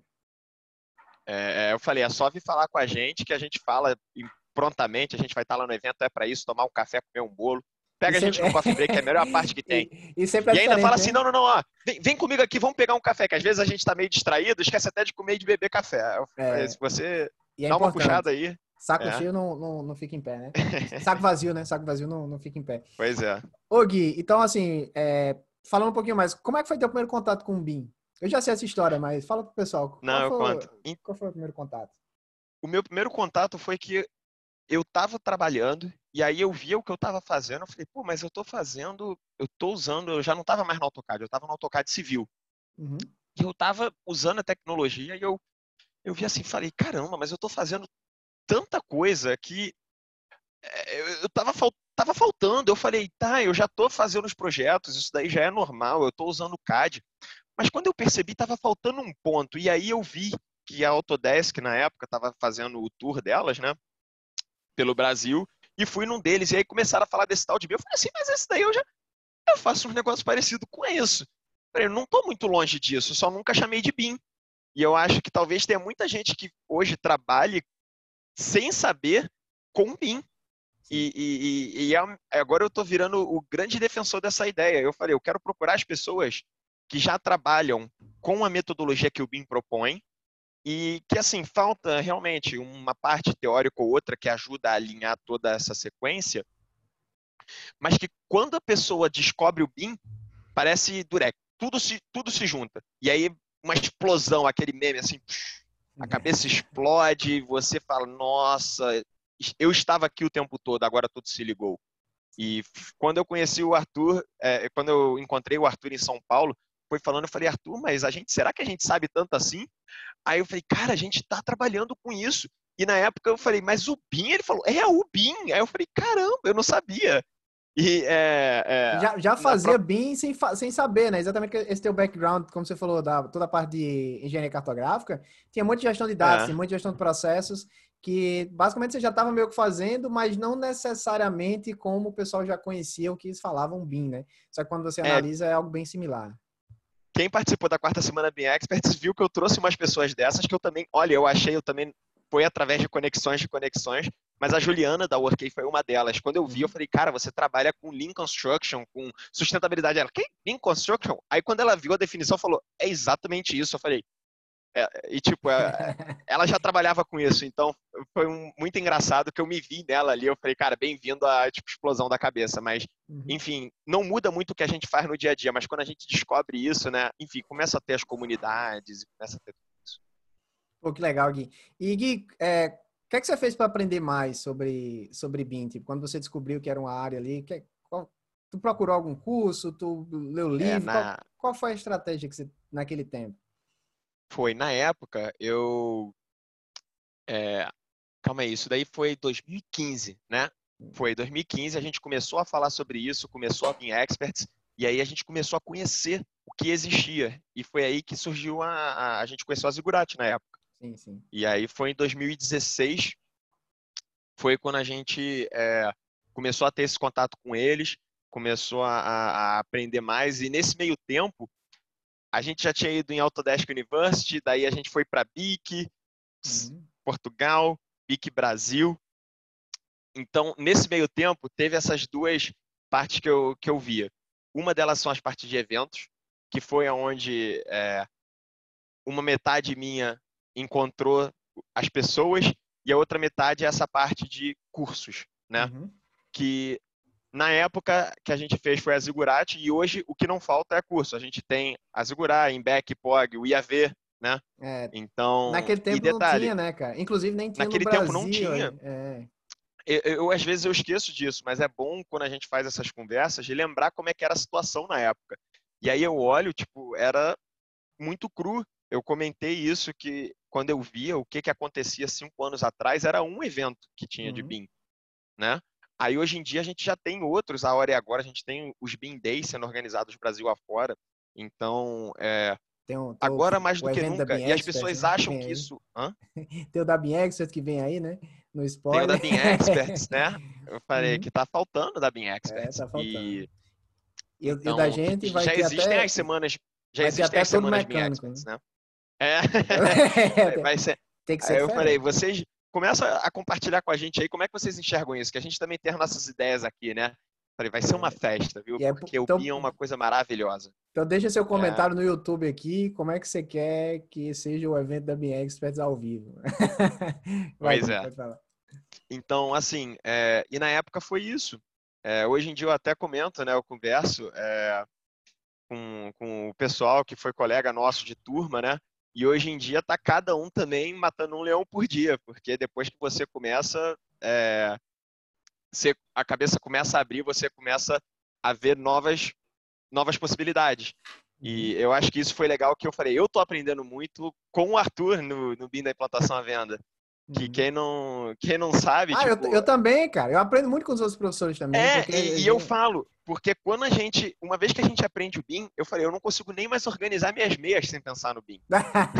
Speaker 2: É, é, eu falei, é só vir falar com a gente, que a gente fala prontamente, a gente vai estar lá no evento, é para isso, tomar um café, comer um bolo.
Speaker 1: E
Speaker 2: Pega a gente
Speaker 1: sempre,
Speaker 2: no coffee break, que é a melhor parte que tem.
Speaker 1: e, e sempre é
Speaker 2: E ainda fala
Speaker 1: diferente,
Speaker 2: assim,
Speaker 1: né?
Speaker 2: não, não, não, ó, vem, vem comigo aqui, vamos pegar um café, que às vezes a gente tá meio distraído, esquece até de comer e de beber café. Eu falei, se
Speaker 1: É,
Speaker 2: você
Speaker 1: e é
Speaker 2: dá uma
Speaker 1: importante.
Speaker 2: puxada aí,
Speaker 1: Saco
Speaker 2: é,
Speaker 1: cheio não, não, não fica em pé, né? Saco vazio, né? Saco vazio não, não fica em pé.
Speaker 2: pois é.
Speaker 1: Ô, Gui, então, assim, é, falando um pouquinho mais, como é que foi teu primeiro contato com o B I M? Eu já sei essa história, mas fala pro pessoal, qual
Speaker 2: Não, eu
Speaker 1: foi,
Speaker 2: conto. E
Speaker 1: qual foi o primeiro contato?
Speaker 2: o meu primeiro contato foi que eu tava trabalhando, e aí eu via o que eu tava fazendo, eu falei, pô, mas eu tô fazendo, eu tô usando, eu já não tava mais no AutoCAD, eu tava no AutoCAD civil.
Speaker 1: Uhum.
Speaker 2: E eu tava usando a tecnologia e eu, eu vi assim, falei, caramba, mas eu tô fazendo tanta coisa que é, eu, eu tava, fal- tava faltando. Eu falei, tá, eu já tô fazendo os projetos, isso daí já é normal, eu tô usando o CAD. Mas quando eu percebi, tava faltando um ponto. E aí eu vi que a Autodesk, na época, tava fazendo o tour delas, né, pelo Brasil, e fui num deles. E aí começaram a falar desse tal de B I M. Eu falei assim, mas esse daí eu já eu faço um negócio parecido com isso. Eu falei, eu não tô muito longe disso, só nunca chamei de B I M. E eu acho que talvez tenha muita gente que hoje trabalhe sem saber com B I M.
Speaker 1: Sim.
Speaker 2: E, e- e- e é- agora eu estou virando o grande defensor dessa ideia. Eu falei, eu quero procurar as pessoas que já trabalham com a metodologia que o B I M propõe e que, assim, falta realmente uma parte teórica ou outra que ajuda a alinhar toda essa sequência, mas que quando a pessoa descobre o B I M, parece durex. Tudo se, tudo se junta. E aí, uma explosão, aquele meme assim, a cabeça explode, você fala, nossa, eu estava aqui o tempo todo, agora tudo se ligou. E quando eu conheci o Arthur, é, quando eu encontrei o Arthur em São Paulo, foi falando, eu falei, Arthur, mas a gente, será que a gente sabe tanto assim? Aí eu falei, cara, a gente está trabalhando com isso. E na época eu falei, mas o B I M? Ele falou, é o B I M. Aí eu falei, caramba, eu não sabia. E é, é,
Speaker 1: Já, já
Speaker 2: na
Speaker 1: fazia
Speaker 2: própria.
Speaker 1: B I M sem, fa- sem saber, né? Exatamente esse teu background, como você falou, da, toda a parte de engenharia cartográfica, tinha muita gestão de dados,
Speaker 2: É,
Speaker 1: tem muita gestão de processos, que basicamente você já estava meio que fazendo, mas não necessariamente como o pessoal já conhecia o que eles falavam B I M, né? Só que quando você
Speaker 2: é,
Speaker 1: analisa é algo bem similar.
Speaker 2: quem participou da quarta semana B I M Experts viu que eu trouxe umas pessoas dessas que eu também, olha, eu achei, eu também foi através de conexões de conexões, mas a Juliana da Workay foi uma delas. Quando eu vi, eu
Speaker 1: Uhum.
Speaker 2: falei, cara, você trabalha com Lean Construction, com sustentabilidade. Ela, que Lean Construction? Aí quando ela viu a definição, falou, é exatamente isso. Eu falei, É, e, tipo, é, ela já trabalhava com isso, então foi um, muito engraçado que eu me vi nela ali. Eu falei, cara, bem-vindo à tipo, explosão da cabeça. Mas,
Speaker 1: Uhum.
Speaker 2: enfim, não muda muito o que a gente faz no dia a dia, mas quando a gente descobre isso, né? Enfim, começa a ter as comunidades, começa a ter tudo isso.
Speaker 1: Pô, que legal, Gui. E, Gui, é, o que é que você fez para aprender mais sobre, sobre B I M? Tipo, quando você descobriu que era uma área ali, que, qual, tu procurou algum curso, tu leu
Speaker 2: É,
Speaker 1: livro? Qual,
Speaker 2: na,
Speaker 1: qual foi a estratégia que você, naquele tempo?
Speaker 2: foi, na época, eu... É, calma aí, isso daí foi dois mil e quinze, né? Foi dois mil e quinze, a gente começou a falar sobre isso, começou a vir experts, e aí a gente começou a conhecer o que existia. E foi aí que surgiu a... A, a gente conheceu a Zigurati na época.
Speaker 1: Sim, sim.
Speaker 2: E aí foi em dois mil e dezesseis, foi quando a gente é, começou a ter esse contato com eles, começou a, a aprender mais, e nesse meio tempo, a gente já tinha ido em Autodesk University, daí a gente foi para B I C,
Speaker 1: Uhum.
Speaker 2: Portugal, B I C Brasil. Então, nesse meio tempo, teve essas duas partes que eu, que eu via. Uma delas são as partes de eventos, que foi onde é, uma metade minha encontrou as pessoas e a outra metade é essa parte de cursos, né?
Speaker 1: Uhum.
Speaker 2: Que na época que a gente fez foi a Zigurati e hoje o que não falta é curso. A gente tem a Zigurati, Embec, P O G, o I A V, né?
Speaker 1: É,
Speaker 2: Então,
Speaker 1: naquele
Speaker 2: e
Speaker 1: tempo não
Speaker 2: detalhe,
Speaker 1: tinha, né, cara? Inclusive nem tinha no
Speaker 2: naquele tempo não
Speaker 1: Brasil.
Speaker 2: tinha.
Speaker 1: É.
Speaker 2: Eu, eu, às vezes eu esqueço disso, mas é bom quando a gente faz essas conversas de lembrar como é que era a situação na época. E aí eu olho, tipo, era muito cru. Eu comentei isso que quando eu via o que, que acontecia cinco anos atrás, era um evento que tinha de
Speaker 1: Uhum.
Speaker 2: B I M, né? Aí hoje em dia a gente já tem outros, a hora e agora, a gente tem os B I M Days sendo organizados Brasil afora. Então, é,
Speaker 1: Tem o, tem o,
Speaker 2: agora mais
Speaker 1: o
Speaker 2: do que
Speaker 1: evento da
Speaker 2: nunca.
Speaker 1: B I M
Speaker 2: E as
Speaker 1: Expert,
Speaker 2: pessoas
Speaker 1: né? Que
Speaker 2: acham
Speaker 1: vem
Speaker 2: que
Speaker 1: aí.
Speaker 2: isso. Hã?
Speaker 1: Tem o da B I M Expert que vem aí, né? No
Speaker 2: Tem o da
Speaker 1: spoiler.
Speaker 2: B I M Experts, né? Eu falei
Speaker 1: Uhum.
Speaker 2: que tá faltando da B I M
Speaker 1: É,
Speaker 2: Experts.
Speaker 1: tá faltando.
Speaker 2: E
Speaker 1: E, o e o da
Speaker 2: então,
Speaker 1: gente vai
Speaker 2: já
Speaker 1: ter
Speaker 2: existem as
Speaker 1: até
Speaker 2: semanas, já
Speaker 1: vai ter
Speaker 2: existem
Speaker 1: até
Speaker 2: as
Speaker 1: todo
Speaker 2: semanas B I M
Speaker 1: mecânico,
Speaker 2: Experts,
Speaker 1: né?
Speaker 2: né? É, vai
Speaker 1: tem,
Speaker 2: vai ser.
Speaker 1: tem que ser
Speaker 2: Aí eu falei,
Speaker 1: diferente.
Speaker 2: vocês começam a compartilhar com a gente aí como é que vocês enxergam isso, que a gente também tem as nossas ideias aqui, né? Falei, vai ser uma
Speaker 1: É,
Speaker 2: festa, viu?
Speaker 1: e é,
Speaker 2: Porque o B I M
Speaker 1: então,
Speaker 2: é uma coisa maravilhosa.
Speaker 1: então deixa seu
Speaker 2: É,
Speaker 1: comentário no YouTube aqui, como é que você quer que seja o evento da B I M Experts ao vivo. Vai,
Speaker 2: pois
Speaker 1: Gui,
Speaker 2: é.
Speaker 1: pode falar.
Speaker 2: Então, assim, é, e na época foi isso. É, hoje em dia eu até comento, né? Eu converso é, com, com o pessoal que foi colega nosso de turma, né? E hoje em dia tá cada um também matando um leão por dia, porque depois que você começa, é, você, a cabeça começa a abrir, você começa a ver novas, novas possibilidades.
Speaker 1: Uhum.
Speaker 2: E eu acho que isso foi legal que eu falei, eu tô aprendendo muito com o Arthur no, no B I M da implantação à venda. Que
Speaker 1: Uhum.
Speaker 2: quem não, quem não sabe,
Speaker 1: Ah, eu,
Speaker 2: tipo,
Speaker 1: eu também, cara. Eu aprendo muito com os outros professores também,
Speaker 2: é,
Speaker 1: porque a
Speaker 2: e, e eu
Speaker 1: gente...
Speaker 2: falo, porque quando a gente, uma vez que a gente aprende o B I M, eu falei, eu não consigo nem mais organizar minhas meias sem pensar no B I M.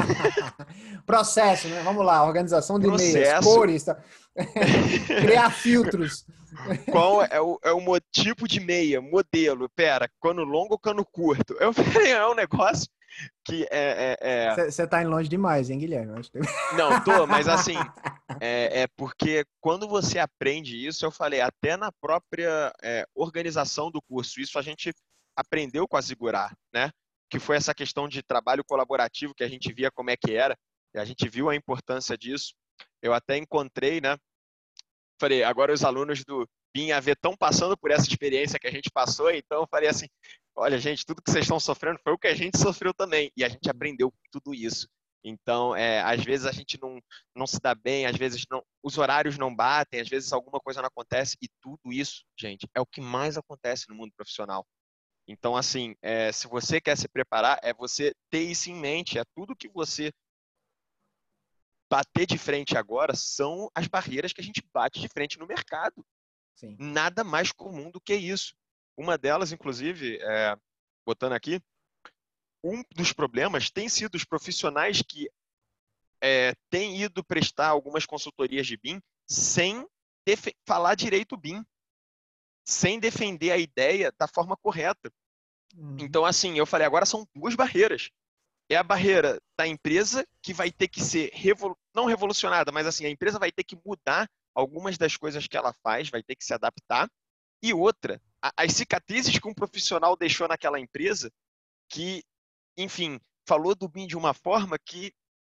Speaker 1: Processo, né? Vamos lá, organização de meias,
Speaker 2: Processo,
Speaker 1: cores, tá? Criar filtros.
Speaker 2: qual é o, é o mo- tipo de meia, modelo, pera, cano longo ou cano curto? Eu falei, é um negócio que é, é, é...
Speaker 1: Você tá indo longe demais, hein, Guilherme? Eu acho que-
Speaker 2: Não, tô, mas assim, é, é porque quando você aprende isso, eu falei, até na própria é, organização do curso, isso a gente aprendeu com a Zigurar, né? Que foi essa questão de trabalho colaborativo, que a gente via como é que era, e a gente viu a importância disso. Eu até encontrei, né? Falei, agora os alunos do B I M A V estão passando por essa experiência que a gente passou, então eu falei assim, olha, gente, tudo que vocês estão sofrendo foi o que a gente sofreu também, e a gente aprendeu tudo isso. Então, é, às vezes a gente não, não se dá bem, às vezes não, os horários não batem, às vezes alguma coisa não acontece, e tudo isso, gente, é o que mais acontece no mundo profissional. Então, assim, é, se você quer se preparar, é você ter isso em mente, é tudo que você bater de frente agora são as barreiras que a gente bate de frente no mercado.
Speaker 1: Sim.
Speaker 2: Nada mais comum do que isso. Uma delas, inclusive, é, botando aqui, um dos problemas tem sido os profissionais que é, têm ido prestar algumas consultorias de B I M sem falar direito o B I M, sem defender a ideia da forma correta.
Speaker 1: Uhum.
Speaker 2: Então, assim, eu falei, agora são duas barreiras. É a barreira da empresa que vai ter que ser revolu não revolucionada, mas assim, a empresa vai ter que mudar algumas das coisas que ela faz, vai ter que se adaptar. E outra, a, as cicatrizes que um profissional deixou naquela empresa, que, enfim, falou do B I M de uma forma que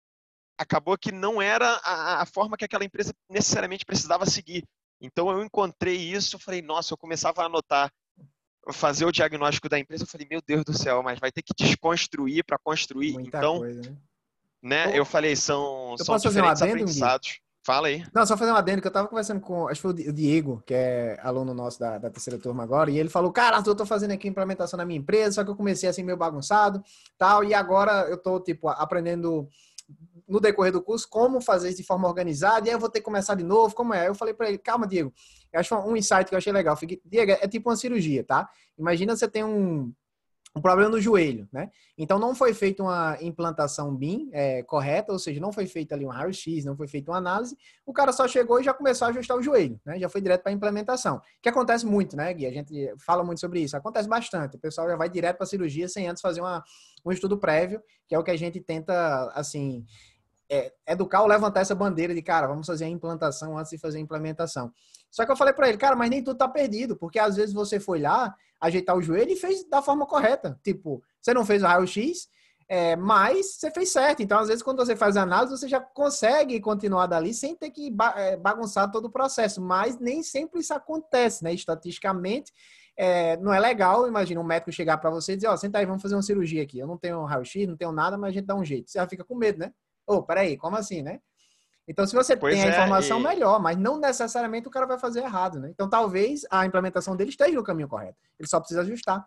Speaker 2: acabou que não era a, a forma que aquela empresa necessariamente precisava seguir. Então eu encontrei isso, falei, nossa, eu começava a anotar, fazer o diagnóstico da empresa, eu falei, meu Deus do céu, mas vai ter que desconstruir para construir.
Speaker 1: Muita
Speaker 2: Então,
Speaker 1: coisa, né?
Speaker 2: né, eu
Speaker 1: Eu,
Speaker 2: falei, são,
Speaker 1: eu
Speaker 2: são
Speaker 1: posso fazer um
Speaker 2: diferentes
Speaker 1: adendo, Gui?
Speaker 2: aprendizados. Fala aí.
Speaker 1: Não, só fazer um adendo, que eu tava conversando com, acho que foi o Diego, que é aluno nosso da, da terceira turma agora, e ele falou, cara, Arthur, eu tô fazendo aqui implementação na minha empresa, só que eu comecei assim meio bagunçado, tal, e agora eu tô, tipo, aprendendo no decorrer do curso como fazer isso de forma organizada, e aí eu vou ter que começar de novo, como é? Eu falei pra ele, calma, Diego, eu acho um insight que eu achei legal, fiquei, Diego, é tipo uma cirurgia, tá? Imagina você tem um um problema no joelho, né? Então não foi feita uma implantação B I M é, correta, ou seja, não foi feita ali um raio-x, não foi feita uma análise, o cara só chegou e já começou a ajustar o joelho, né? Já foi direto para a implementação. Que acontece muito, né, Gui? A gente fala muito sobre isso, acontece bastante. O pessoal já vai direto para a cirurgia sem antes fazer uma, um estudo prévio, que é o que a gente tenta, assim, é, educar ou levantar essa bandeira de, cara, vamos fazer a implantação antes de fazer a implementação. Só que eu falei para ele, cara, mas nem tudo tá perdido, porque às vezes você foi lá, ajeitar o joelho e fez da forma correta. Tipo, você não fez o raio-x, é, mas você fez certo. Então, às vezes, quando você faz a análise, você já consegue continuar dali sem ter que bagunçar todo o processo. Mas nem sempre isso acontece, né? Estatisticamente, é, não é legal. Imagina um médico chegar para você e dizer, ó, oh, senta aí, vamos fazer uma cirurgia aqui. Eu não tenho raio-x, não tenho nada, mas a gente dá um jeito. Você já fica com medo, né? Ô, oh, peraí, como assim, né? Então, se você
Speaker 2: Pois
Speaker 1: tem a
Speaker 2: é,
Speaker 1: informação,
Speaker 2: e...
Speaker 1: melhor, mas não necessariamente o cara vai fazer errado, né? Então, talvez a implementação dele esteja no caminho correto. Ele só precisa ajustar.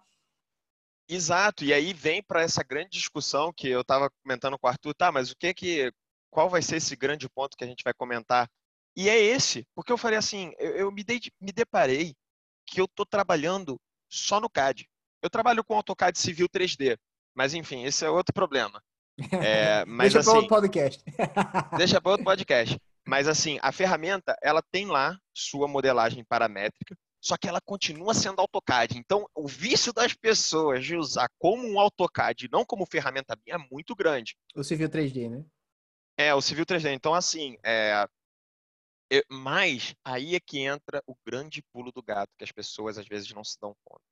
Speaker 2: Exato, e aí vem para essa grande discussão que eu estava comentando com o Arthur, tá, mas o que que, qual vai ser esse grande ponto que a gente vai comentar? E é esse, porque eu falei assim, eu, eu me, dei, me deparei que eu estou trabalhando só no C A D. Eu trabalho com AutoCAD Civil três D, mas enfim, esse é outro problema. É, mas
Speaker 1: Deixa para
Speaker 2: assim,
Speaker 1: outro podcast.
Speaker 2: deixa para outro podcast. Mas assim, a ferramenta, ela tem lá sua modelagem paramétrica, só que ela continua sendo AutoCAD. Então, o vício das pessoas de usar como um AutoCAD, não como ferramenta B I M, é muito grande.
Speaker 1: O Civil três D, né?
Speaker 2: É, o Civil três D. Então, assim, é... Eu... mas aí é que entra o grande pulo do gato, que as pessoas às vezes não se dão conta.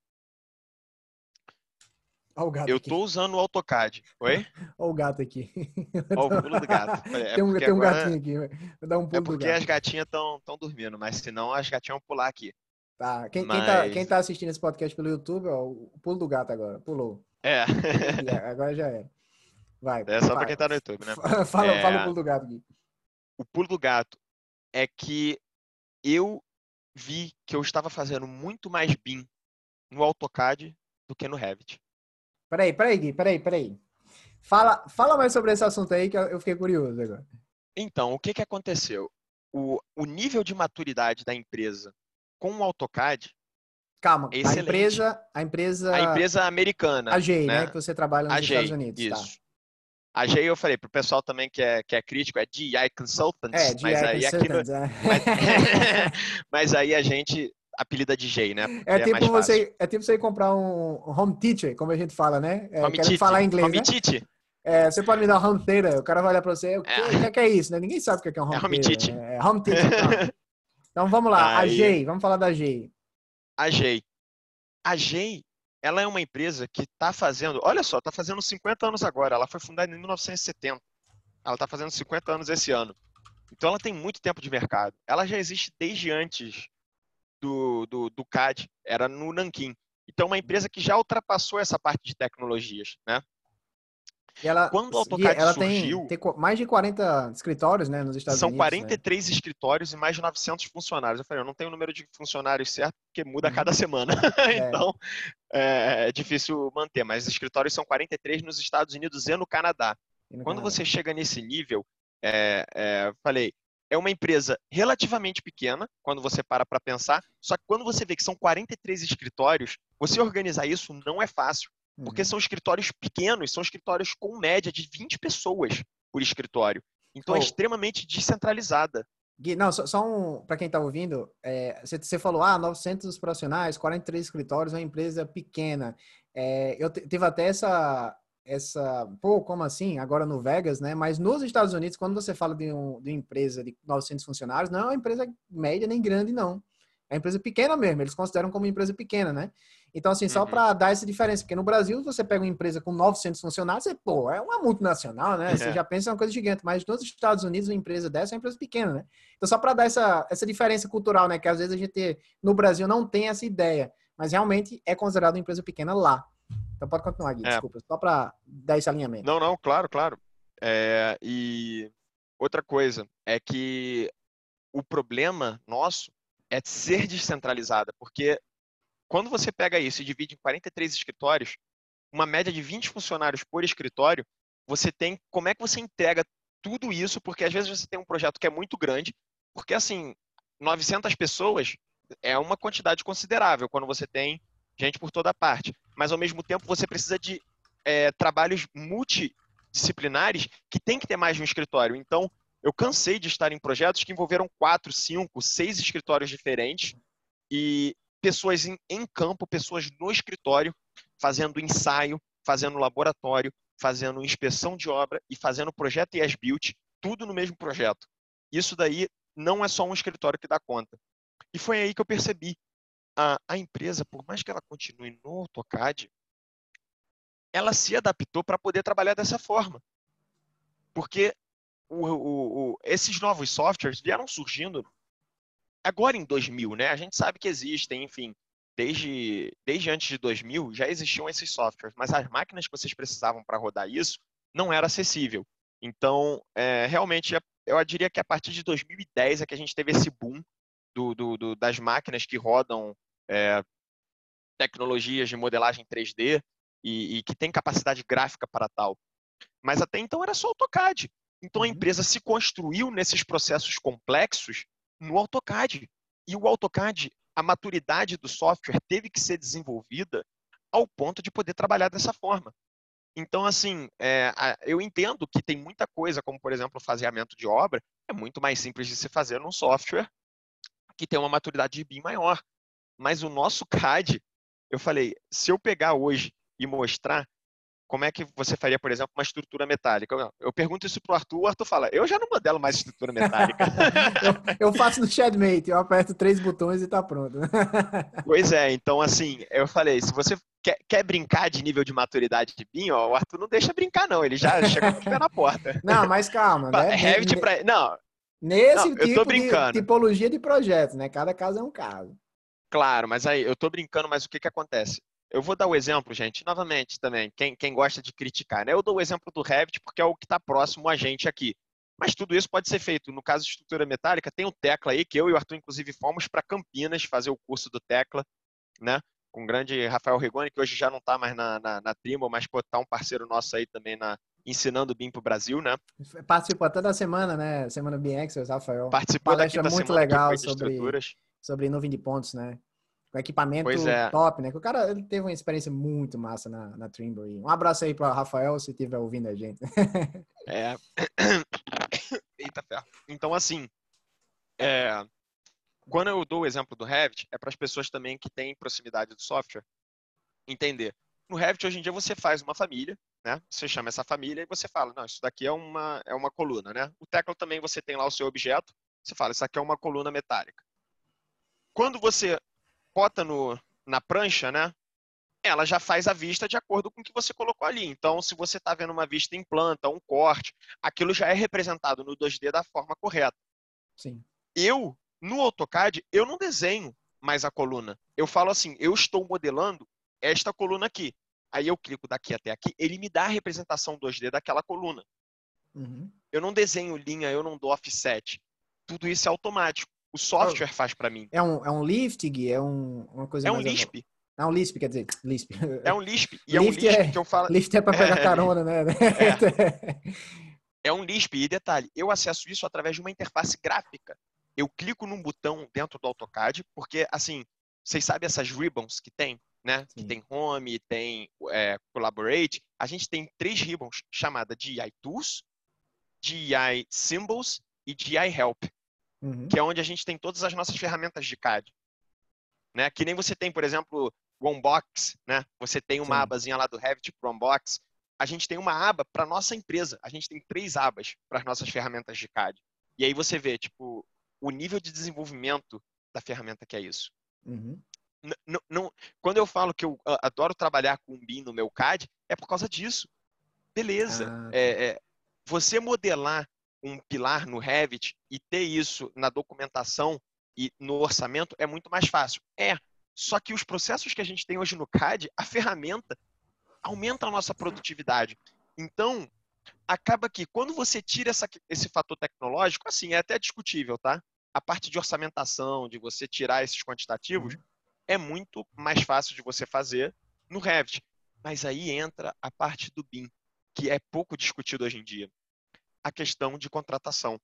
Speaker 1: Olha o gato
Speaker 2: Eu
Speaker 1: aqui.
Speaker 2: tô usando o AutoCAD. Oi?
Speaker 1: Olha o gato aqui.
Speaker 2: Ó, o pulo do gato. É
Speaker 1: Tem um,
Speaker 2: porque
Speaker 1: tem um
Speaker 2: agora...
Speaker 1: gatinho aqui. Vou dar um
Speaker 2: É
Speaker 1: pulo do
Speaker 2: porque
Speaker 1: gato.
Speaker 2: as gatinhas estão dormindo, mas senão as gatinhas vão pular aqui.
Speaker 1: Tá. Quem, quem, tá, quem
Speaker 2: Mas...
Speaker 1: tá assistindo esse podcast pelo YouTube, ó, o pulo do gato agora. Pulou.
Speaker 2: É.
Speaker 1: E agora já era. Vai.
Speaker 2: É só pra
Speaker 1: Fala,
Speaker 2: quem tá no YouTube, né?
Speaker 1: fala, fala o
Speaker 2: É...
Speaker 1: pulo do gato aqui.
Speaker 2: O pulo do gato é que eu vi que eu estava fazendo muito mais B I M no AutoCAD do que no Revit.
Speaker 1: Peraí, peraí, Gui, peraí, peraí. Fala, fala mais sobre esse assunto aí que eu fiquei curioso agora.
Speaker 2: Então, o que, que aconteceu? O, o nível de maturidade da empresa com o AutoCAD
Speaker 1: Calma,
Speaker 2: é
Speaker 1: a
Speaker 2: excelente.
Speaker 1: empresa, a empresa,
Speaker 2: A empresa
Speaker 1: a
Speaker 2: americana,
Speaker 1: G E, né,
Speaker 2: né?
Speaker 1: que você trabalha
Speaker 2: A
Speaker 1: nos Estados
Speaker 2: G E,
Speaker 1: Unidos, tá?
Speaker 2: isso. A G E eu falei, pro pessoal também que é, que é crítico, é G I
Speaker 1: É,
Speaker 2: Consultants, mas
Speaker 1: G I
Speaker 2: aí aqui no,
Speaker 1: Consultants, é.
Speaker 2: mas, mas aí a gente apelida de G E, né?
Speaker 1: É
Speaker 2: Porque é mais
Speaker 1: tipo
Speaker 2: fácil.
Speaker 1: você, é tipo você comprar um home teacher, como a gente fala, né? É, querendo
Speaker 2: Homitite,
Speaker 1: falar inglês, né?
Speaker 2: Homitite,
Speaker 1: É, você pode me dar um home theater, o cara vai olhar pra você, o que, o que é
Speaker 2: é,
Speaker 1: que é isso, né? Ninguém sabe o que é que é um
Speaker 2: é
Speaker 1: home theater.
Speaker 2: Homitite.
Speaker 1: É home teacher, pronto. Então vamos lá, a
Speaker 2: Aí,
Speaker 1: G E, vamos falar da G E.
Speaker 2: a G E. A G E, ela é uma empresa que está fazendo, olha só, está fazendo cinquenta anos agora. Ela foi fundada em mil novecentos e setenta. Ela está fazendo cinquenta anos esse ano. Então ela tem muito tempo de mercado. Ela já existe desde antes do, do, do C A D, era no Nanquim. Então é uma empresa que já ultrapassou essa parte de tecnologias, né?
Speaker 1: E ela,
Speaker 2: Quando o
Speaker 1: Gui,
Speaker 2: AutoCAD
Speaker 1: ela tem,
Speaker 2: surgiu,
Speaker 1: tem mais de quarenta escritórios, né, nos Estados
Speaker 2: são
Speaker 1: Unidos,
Speaker 2: quarenta e
Speaker 1: né?
Speaker 2: três escritórios e mais de novecentos funcionários. Eu falei, eu não tenho o número de funcionários certo, porque muda a
Speaker 1: Uhum.
Speaker 2: cada semana.
Speaker 1: É,
Speaker 2: Então, é, é difícil manter. Mas os escritórios são quarenta e três nos Estados Unidos e no Canadá.
Speaker 1: e no
Speaker 2: Quando
Speaker 1: Canadá.
Speaker 2: você chega nesse nível, é, é, falei, é uma empresa relativamente pequena, quando você para para pensar, só que quando você vê que são quarenta e três escritórios, você organizar isso não é fácil, porque
Speaker 1: Uhum.
Speaker 2: são escritórios pequenos, são escritórios com média de vinte pessoas por escritório. Então é
Speaker 1: Oh,
Speaker 2: extremamente descentralizada.
Speaker 1: Gui, não, só, só um, para quem está ouvindo, é, você, você falou, ah, novecentos profissionais, quarenta e três escritórios, uma empresa pequena. É, eu te, tive até essa, essa, pô, como assim? Agora no Vegas, né? Mas nos Estados Unidos, quando você fala de, um, de uma empresa de novecentos funcionários, não é uma empresa média nem grande, não. É uma empresa pequena mesmo, eles consideram como uma empresa pequena, né? Então, assim, só
Speaker 2: Uhum.
Speaker 1: para dar essa diferença, porque no Brasil, você pega uma empresa com novecentos funcionários, você, pô, é uma multinacional, né? Você
Speaker 2: É.
Speaker 1: já pensa em uma coisa gigante, mas nos Estados Unidos, uma empresa dessa é uma empresa pequena, né? Então, só para dar essa, essa diferença cultural, né? Que às vezes a gente, no Brasil, não tem essa ideia, mas realmente é considerado uma empresa pequena lá. Então, pode continuar, Gui,
Speaker 2: É.
Speaker 1: desculpa, só para dar esse alinhamento.
Speaker 2: Não, não, claro, claro. É, e outra coisa é que o problema nosso é ser descentralizada, porque quando você pega isso e divide em quarenta e três escritórios, uma média de vinte funcionários por escritório, você tem, como é que você entrega tudo isso? Porque às vezes você tem um projeto que é muito grande, porque assim, novecentas pessoas é uma quantidade considerável quando você tem gente por toda parte, mas ao mesmo tempo você precisa de é, trabalhos multidisciplinares que tem que ter mais de um escritório. Então, eu cansei de estar em projetos que envolveram quatro, cinco, seis escritórios diferentes e pessoas em, em campo, pessoas no escritório, fazendo ensaio, fazendo laboratório, fazendo inspeção de obra e fazendo projeto e as-built, tudo no mesmo projeto. Isso daí não é só um escritório que dá conta. E foi aí que eu percebi. A, a empresa, por mais que ela continue no AutoCAD, ela se adaptou para poder trabalhar dessa forma. Porque o, o, o, esses novos softwares vieram surgindo agora em dois mil, né? A gente sabe que existem, enfim, desde, desde antes de dois mil já existiam esses softwares, mas as máquinas que vocês precisavam para rodar isso não era acessível. Então, é, realmente, eu diria que a partir de dois mil e dez é que a gente teve esse boom do, do, do, das máquinas que rodam é, tecnologias de modelagem três D e, e que tem capacidade gráfica para tal. Mas até então era só AutoCAD. Então a
Speaker 1: Uhum.
Speaker 2: empresa se construiu nesses processos complexos no AutoCAD. E o AutoCAD, a maturidade do software teve que ser desenvolvida ao ponto de poder trabalhar dessa forma. Então, assim, é, eu entendo que tem muita coisa, como, por exemplo, o faseamento de obra, é muito mais simples de se fazer num software que tem uma maturidade de B I M maior. Mas o nosso C A D, eu falei, se eu pegar hoje e mostrar como é que você faria, por exemplo, uma estrutura metálica? Eu, eu pergunto isso pro Arthur, o Arthur fala, eu já não modelo mais estrutura metálica.
Speaker 1: eu, eu faço no Shadmate, eu aperto três botões e tá pronto.
Speaker 2: Pois é, então assim, eu falei, se você quer, quer brincar de nível de maturidade de B I M, ó, o Arthur não deixa brincar não, ele já chega com o pé na porta.
Speaker 1: Não, mas calma, né?
Speaker 2: Revit pra... Não, não,
Speaker 1: Nesse
Speaker 2: eu tô
Speaker 1: tipo de
Speaker 2: brincando.
Speaker 1: tipologia de projetos, né? Cada caso é um caso.
Speaker 2: Claro, mas aí, eu tô brincando, mas o que que acontece? Eu vou dar o exemplo, gente, novamente também, quem, quem gosta de criticar, né? Eu dou o exemplo do Revit porque é o que está próximo a gente aqui. Mas tudo isso pode ser feito. No caso de estrutura metálica, tem o Tecla aí, que eu e o Arthur, inclusive, fomos para Campinas fazer o curso do Tecla, né? Com o grande Rafael Rigoni, que hoje já não está mais na, na, na Trimble, mas pô, tá um parceiro nosso aí também na, ensinando o B I M para o Brasil, né?
Speaker 1: Participou até da semana, né? Semana B X, Rafael.
Speaker 2: Participou da
Speaker 1: Palestra
Speaker 2: quinta
Speaker 1: muito
Speaker 2: semana que
Speaker 1: legal
Speaker 2: foi de
Speaker 1: sobre,
Speaker 2: estruturas.
Speaker 1: sobre nuvem de pontos, né? Com
Speaker 2: Pois
Speaker 1: equipamento
Speaker 2: é.
Speaker 1: top, né? Que o cara ele teve uma experiência muito massa na, na Trimble. Um abraço aí para Rafael, se estiver ouvindo a gente.
Speaker 2: É. Eita ferro. Então, assim, é... quando eu dou o exemplo do Revit, é para as pessoas também que têm proximidade do software entender. No Revit, hoje em dia, você faz uma família, né? Você chama essa família e você fala, não, isso daqui é uma, é uma coluna, né? O Tecla também, você tem lá o seu objeto, você fala, isso aqui é uma coluna metálica. Quando você bota no, na prancha, né? Ela já faz a vista de acordo com o que você colocou ali. Então, se você está vendo uma vista em planta, um corte, aquilo já é representado no dois D da forma correta.
Speaker 1: Sim.
Speaker 2: Eu, no AutoCAD, eu não desenho mais a coluna. Eu falo assim, eu estou modelando esta coluna aqui. Aí eu clico daqui até aqui, ele me dá a representação dois D daquela coluna.
Speaker 1: Uhum.
Speaker 2: Eu não desenho linha, eu não dou offset. Tudo isso é automático. O software faz para mim.
Speaker 1: É um, é um Lisp, Gui? É um, uma coisa
Speaker 2: É um
Speaker 1: mais...
Speaker 2: Lisp.
Speaker 1: É um Lisp, quer dizer, Lisp.
Speaker 2: É um Lisp. E é um
Speaker 1: Lift
Speaker 2: Lisp
Speaker 1: é,
Speaker 2: que eu falo...
Speaker 1: Lift é para pegar carona, né?
Speaker 2: É. É um Lisp. E detalhe, eu acesso isso através de uma interface gráfica. Eu clico num botão dentro do AutoCAD, porque, assim, vocês sabem essas ribbons que tem, né? Sim. Que tem Home, tem é, Collaborate. A gente tem três ribbons chamadas de G I Tools, G I Symbols e G I Help, uhum. Que é onde a gente tem todas as nossas ferramentas de C A D. Né? Que nem você tem, por exemplo, o Unbox, né? Você tem uma Sim. abazinha lá do Revit pro Unbox. A gente tem uma aba para nossa empresa. A gente tem três abas para as nossas ferramentas de C A D. E aí você vê, tipo, o nível de desenvolvimento da ferramenta que é isso.
Speaker 1: Uhum.
Speaker 2: Não, não, quando eu falo que eu adoro trabalhar com B I M no meu C A D, é por causa disso. Beleza.
Speaker 1: Ah, tá.
Speaker 2: É, é, você modelar um pilar no Revit e ter isso na documentação e no orçamento é muito mais fácil. É. Só que os processos que a gente tem hoje no C A D, a ferramenta aumenta a nossa produtividade. Então, acaba que quando você tira essa, esse fator tecnológico, assim, é até discutível, tá? A parte de orçamentação, de você tirar esses quantitativos,
Speaker 1: Uhum.
Speaker 2: é muito mais fácil de você fazer no Revit. Mas aí entra a parte do B I M, que é pouco discutido hoje em dia. A questão de contratação.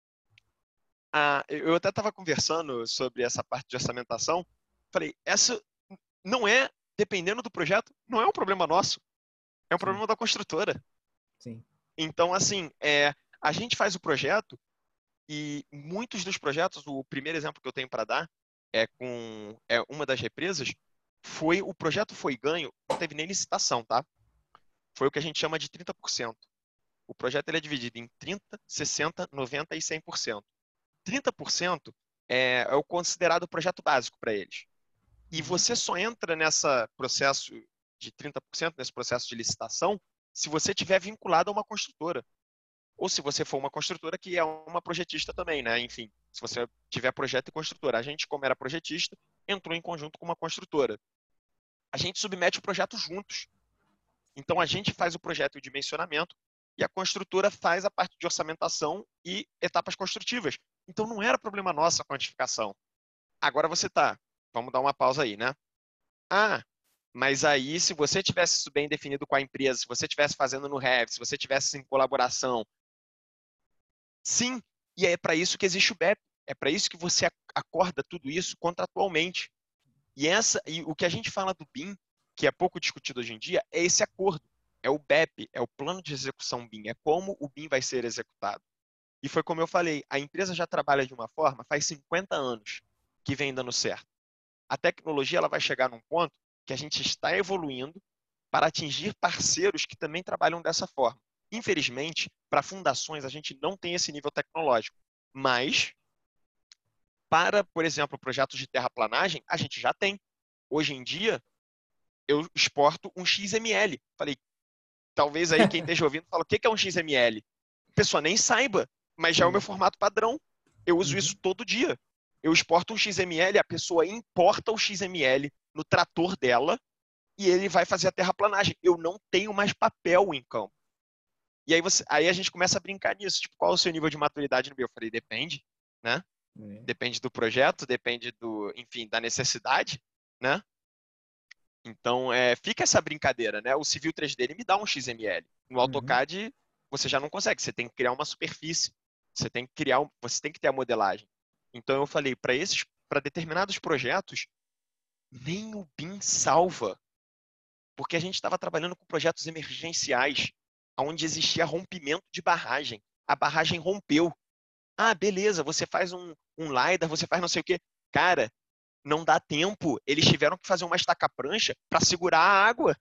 Speaker 2: Ah, eu até estava conversando sobre essa parte de orçamentação. Falei, essa não é, dependendo do projeto, não é um problema nosso. É um
Speaker 1: Sim,
Speaker 2: problema da construtora.
Speaker 1: sim.
Speaker 2: Então, assim, é, a gente faz o projeto e muitos dos projetos, o primeiro exemplo que eu tenho para dar é com é uma das represas, foi o projeto foi ganho, não teve nem licitação, tá? Foi o que a gente chama de trinta por cento. O projeto ele é dividido em trinta, sessenta, noventa e cem por cento. trinta por cento é, é o considerado projeto básico para eles. E
Speaker 1: Uhum.
Speaker 2: você só entra nesse processo de trinta por cento, nesse processo de licitação, se você tiver vinculado a uma construtora. Ou se você for uma construtora que é uma projetista também, né? Enfim, se você tiver projeto e construtora. A gente, como era projetista, entrou em conjunto com uma construtora. A gente submete o projeto juntos. Então, a gente faz o projeto e o dimensionamento e a construtora faz a parte de orçamentação e etapas construtivas. Então, não era problema nosso a quantificação. Agora você tá. Vamos dar uma pausa aí, né? Ah, mas aí, se você tivesse isso bem definido com a empresa, se você estivesse fazendo no Revit, se você tivesse em colaboração, sim, e é para isso que existe o B E P. É para isso que você acorda tudo isso contratualmente. E, essa, e o que a gente fala do B I M, que é pouco discutido hoje em dia, é esse acordo. É o B E P, é o plano de execução B I M, é como o B I M vai ser executado. E foi como eu falei, a empresa já trabalha de uma forma faz cinquenta anos que vem dando certo. A tecnologia ela vai chegar num ponto que a gente está evoluindo para atingir parceiros que também trabalham dessa forma. Infelizmente, para fundações, a gente não tem esse nível tecnológico. Mas, para, por exemplo, projetos de terraplanagem, a gente já tem. Hoje em dia, eu exporto um X M L. Falei, talvez aí quem esteja ouvindo fala, o que é um X M L? A pessoa nem saiba, mas já é o meu
Speaker 1: Sim.
Speaker 2: formato padrão. Eu uso
Speaker 1: Uhum.
Speaker 2: isso todo dia. Eu exporto um X M L, a pessoa importa o X M L no trator dela e ele vai fazer a terraplanagem. Eu não tenho mais papel em campo. E aí, você, aí a gente começa a brincar nisso. Tipo, qual é o seu nível de maturidade no B I M? Eu falei, depende, né?
Speaker 1: É.
Speaker 2: Depende do projeto, depende do, enfim, da necessidade, né? Então, é, fica essa brincadeira, né? O Civil três D ele me dá um X M L. No
Speaker 1: Uhum.
Speaker 2: AutoCAD, você já não consegue. Você tem que criar uma superfície. Você tem que criar, um, você tem que ter a modelagem. Então, eu falei, para esses, para determinados projetos, nem o B I M salva. Porque a gente estava trabalhando com projetos emergenciais, onde existia rompimento de barragem. A barragem rompeu. Ah, beleza, você faz um, um LiDAR, você faz não sei o quê. Cara, não dá tempo. Eles tiveram que fazer uma estaca-prancha para segurar a água.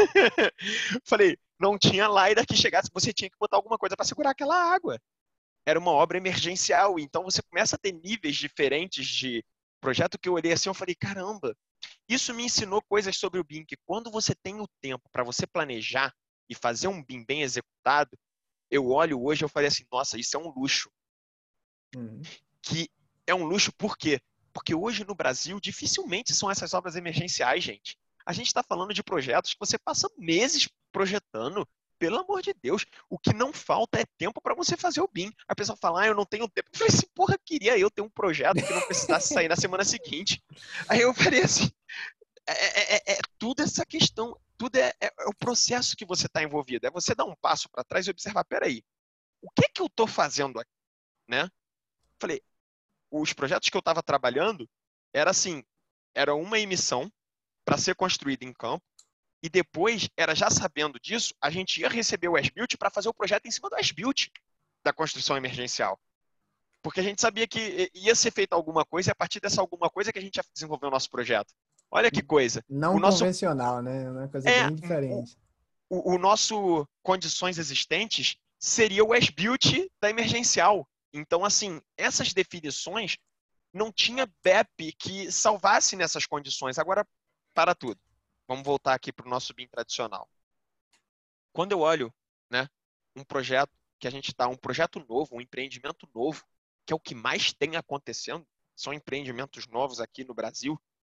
Speaker 2: Falei, não tinha LiDAR que chegasse, você tinha que botar alguma coisa para segurar aquela água. Era uma obra emergencial. Então você começa a ter níveis diferentes de projeto que eu olhei assim, eu falei, caramba, isso me ensinou coisas sobre o B I M, que quando você tem o tempo para você planejar e fazer um B I M bem executado, eu olho hoje e eu falei assim, nossa, isso é um luxo.
Speaker 1: Uhum.
Speaker 2: Que é um luxo por quê? Porque hoje no Brasil dificilmente são essas obras emergenciais, gente. A gente está falando de projetos que você passa meses projetando. Pelo amor de Deus, o que não falta é tempo para você fazer o B I M. A pessoa fala, ah, eu não tenho tempo. Eu falei assim, porra, queria eu ter um projeto que não precisasse sair na semana seguinte. Aí eu falei assim, é, é, é, é tudo essa questão, tudo é, é, é o processo que você está envolvido. É você dar um passo para trás e observar, peraí, o que que eu estou fazendo aqui, né? Falei, os projetos que eu estava trabalhando era assim, era uma emissão para ser construída em campo e depois, era já sabendo disso, a gente ia receber o as-built para fazer o projeto em cima do as-built da construção emergencial. Porque a gente sabia que ia ser feita alguma coisa e a partir dessa alguma coisa que a gente ia desenvolver o nosso projeto. Olha que coisa. O
Speaker 1: Não
Speaker 2: nosso
Speaker 1: convencional, né? É uma coisa
Speaker 2: é
Speaker 1: bem
Speaker 2: o,
Speaker 1: diferente.
Speaker 2: o, o nosso condições existentes seria o as-built da emergencial. Então, assim, essas definições não tinha B E P que salvasse nessas condições. Agora, para tudo. Vamos voltar aqui para o nosso B I M tradicional. Quando eu olho, né, um projeto que a gente está, um projeto novo, um empreendimento novo, que é o que mais tem acontecendo, são empreendimentos novos aqui no Brasil,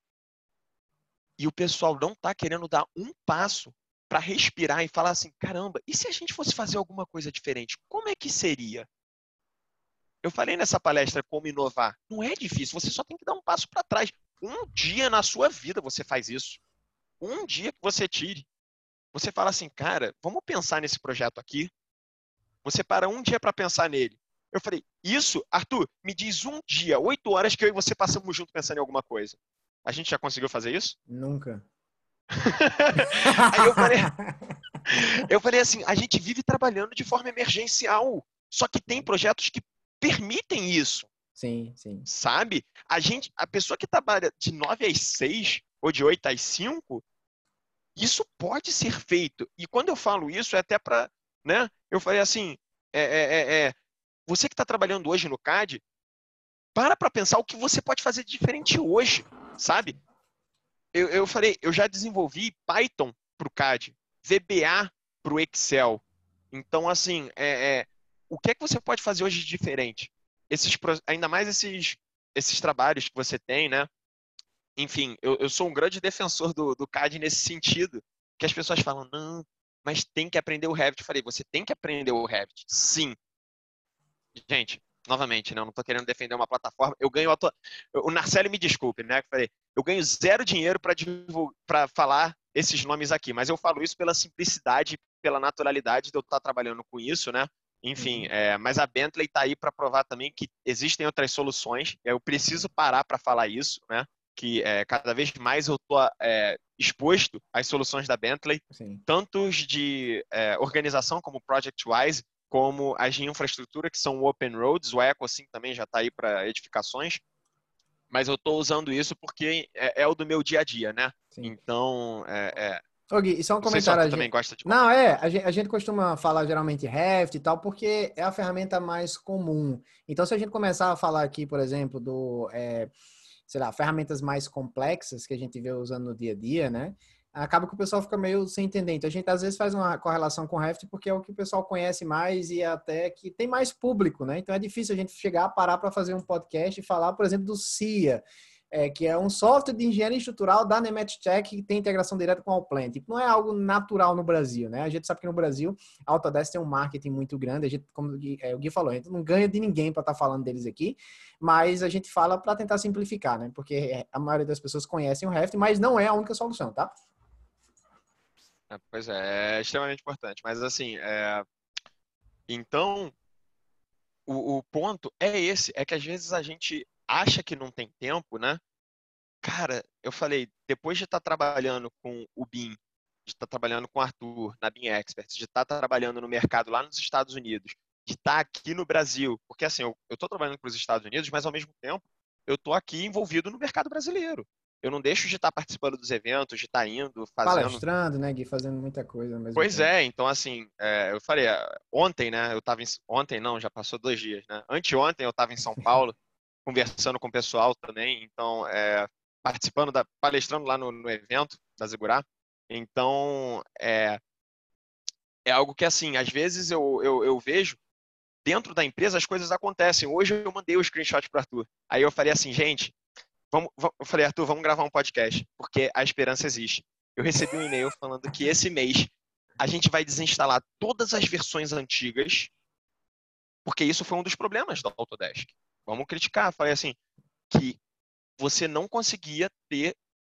Speaker 2: e o pessoal não está querendo dar um passo para respirar e falar assim, caramba, e se a gente fosse fazer alguma coisa diferente? Como é que seria? Eu falei nessa palestra como inovar. Não é difícil, você só tem que dar um passo para trás. Um dia na sua vida você faz isso. Um dia que você tire. Você fala assim, cara, vamos pensar nesse projeto aqui. Você para um dia para pensar nele. Eu falei, isso, Arthur, me diz um dia, oito horas que eu e você passamos junto pensando em alguma coisa. A gente já conseguiu fazer isso?
Speaker 1: Nunca.
Speaker 2: Aí eu falei, eu falei assim, a gente vive trabalhando de forma emergencial. Só que tem projetos que permitem isso.
Speaker 1: Sim, sim.
Speaker 2: Sabe? A gente, a pessoa que trabalha de nove às seis ou de oito às cinco, isso pode ser feito. E quando eu falo isso, é até para, né? Eu falei assim, é, é, é, é, você que está trabalhando hoje no C A D, para para pensar o que você pode fazer de diferente hoje, sabe? Eu, eu falei, eu já desenvolvi Python para o C A D, V B A para o Excel. Então, assim, é, é, o que é que você pode fazer hoje de diferente? Esses, ainda mais esses, esses trabalhos que você tem, né? Enfim, eu, eu sou um grande defensor do, do C A D nesse sentido, que as pessoas falam, não, mas tem que aprender o Revit. Eu falei, você tem que aprender o Revit, sim. Gente, novamente, né, eu não estou querendo defender uma plataforma, eu ganho, auto... o Narcélio me desculpe, né, eu falei, eu ganho zero dinheiro para divulgar, para falar esses nomes aqui, mas eu falo isso pela simplicidade, pela naturalidade de eu estar trabalhando com isso, né? Enfim, uhum. é, mas a Bentley está aí para provar também que existem outras soluções. Eu preciso parar para falar isso, né? Que é, cada vez mais eu estou é, exposto às soluções da Bentley, Sim. tanto de é, organização como ProjectWise, como as de infraestrutura, que são o Open Roads, o Eco assim, também já está aí para edificações. Mas eu estou usando isso porque é, é o do meu dia a dia, né? Sim. Então, é, é,
Speaker 1: Ô, Gui, e só um
Speaker 2: não
Speaker 1: comentário.
Speaker 2: sei se
Speaker 1: a
Speaker 2: tu
Speaker 1: gente...
Speaker 2: também gosta de
Speaker 1: Não, é, a gente, a gente costuma falar geralmente Revit e tal, porque é a ferramenta mais comum. Então, se a gente começar a falar aqui, por exemplo, do, é, sei lá, ferramentas mais complexas que a gente vê usando no dia a dia, né? Acaba que o pessoal fica meio sem entender. Então, a gente às vezes faz uma correlação com o Revit porque é o que o pessoal conhece mais e até que tem mais público, né? Então, é difícil a gente chegar, parar para fazer um podcast e falar, por exemplo, do S I A, É, que é um software de engenharia estrutural da Nemetschek que tem integração direta com a Allplan. Tipo, não é algo natural no Brasil, né? A gente sabe que no Brasil a Autodesk tem um marketing muito grande. A gente, como o Gui, é, o Gui falou, a gente não ganha de ninguém para estar tá falando deles aqui, mas a gente fala para tentar simplificar, né? Porque a maioria das pessoas conhecem o Revit, mas não é a única solução, tá?
Speaker 2: É, pois é, é extremamente importante. Mas assim, é... então o, o ponto é esse, é que às vezes a gente acha que não tem tempo, né? Cara, eu falei, depois de estar trabalhando com o B I M, de estar trabalhando com o Arthur na B I M Experts, de estar trabalhando no mercado lá nos Estados Unidos, de estar aqui no Brasil, porque assim, eu estou trabalhando para os Estados Unidos, mas ao mesmo tempo eu estou aqui envolvido no mercado brasileiro. Eu não deixo de estar participando dos eventos, de estar indo, fazendo...
Speaker 1: Palestrando, né, Gui? Fazendo muita coisa ao mesmo
Speaker 2: Pois
Speaker 1: tempo.
Speaker 2: é, então assim, é, eu falei, ontem, né, eu estava em... Ontem não, já passou dois dias, né? Anteontem eu estava em São Paulo, conversando com o pessoal também, então, é, participando, da, palestrando lá no, no evento da Zigurá. Então, é, é algo que, assim, às vezes eu, eu, eu vejo, dentro da empresa as coisas acontecem. Hoje eu mandei o screenshot para o Arthur. Aí eu falei assim, gente, vamos, eu falei, Arthur, vamos gravar um podcast, porque a esperança existe. Eu recebi um e-mail falando que esse mês a gente vai desinstalar todas as versões antigas, porque isso foi um dos problemas da Autodesk. Vamos criticar. Falei assim, que você não conseguia ter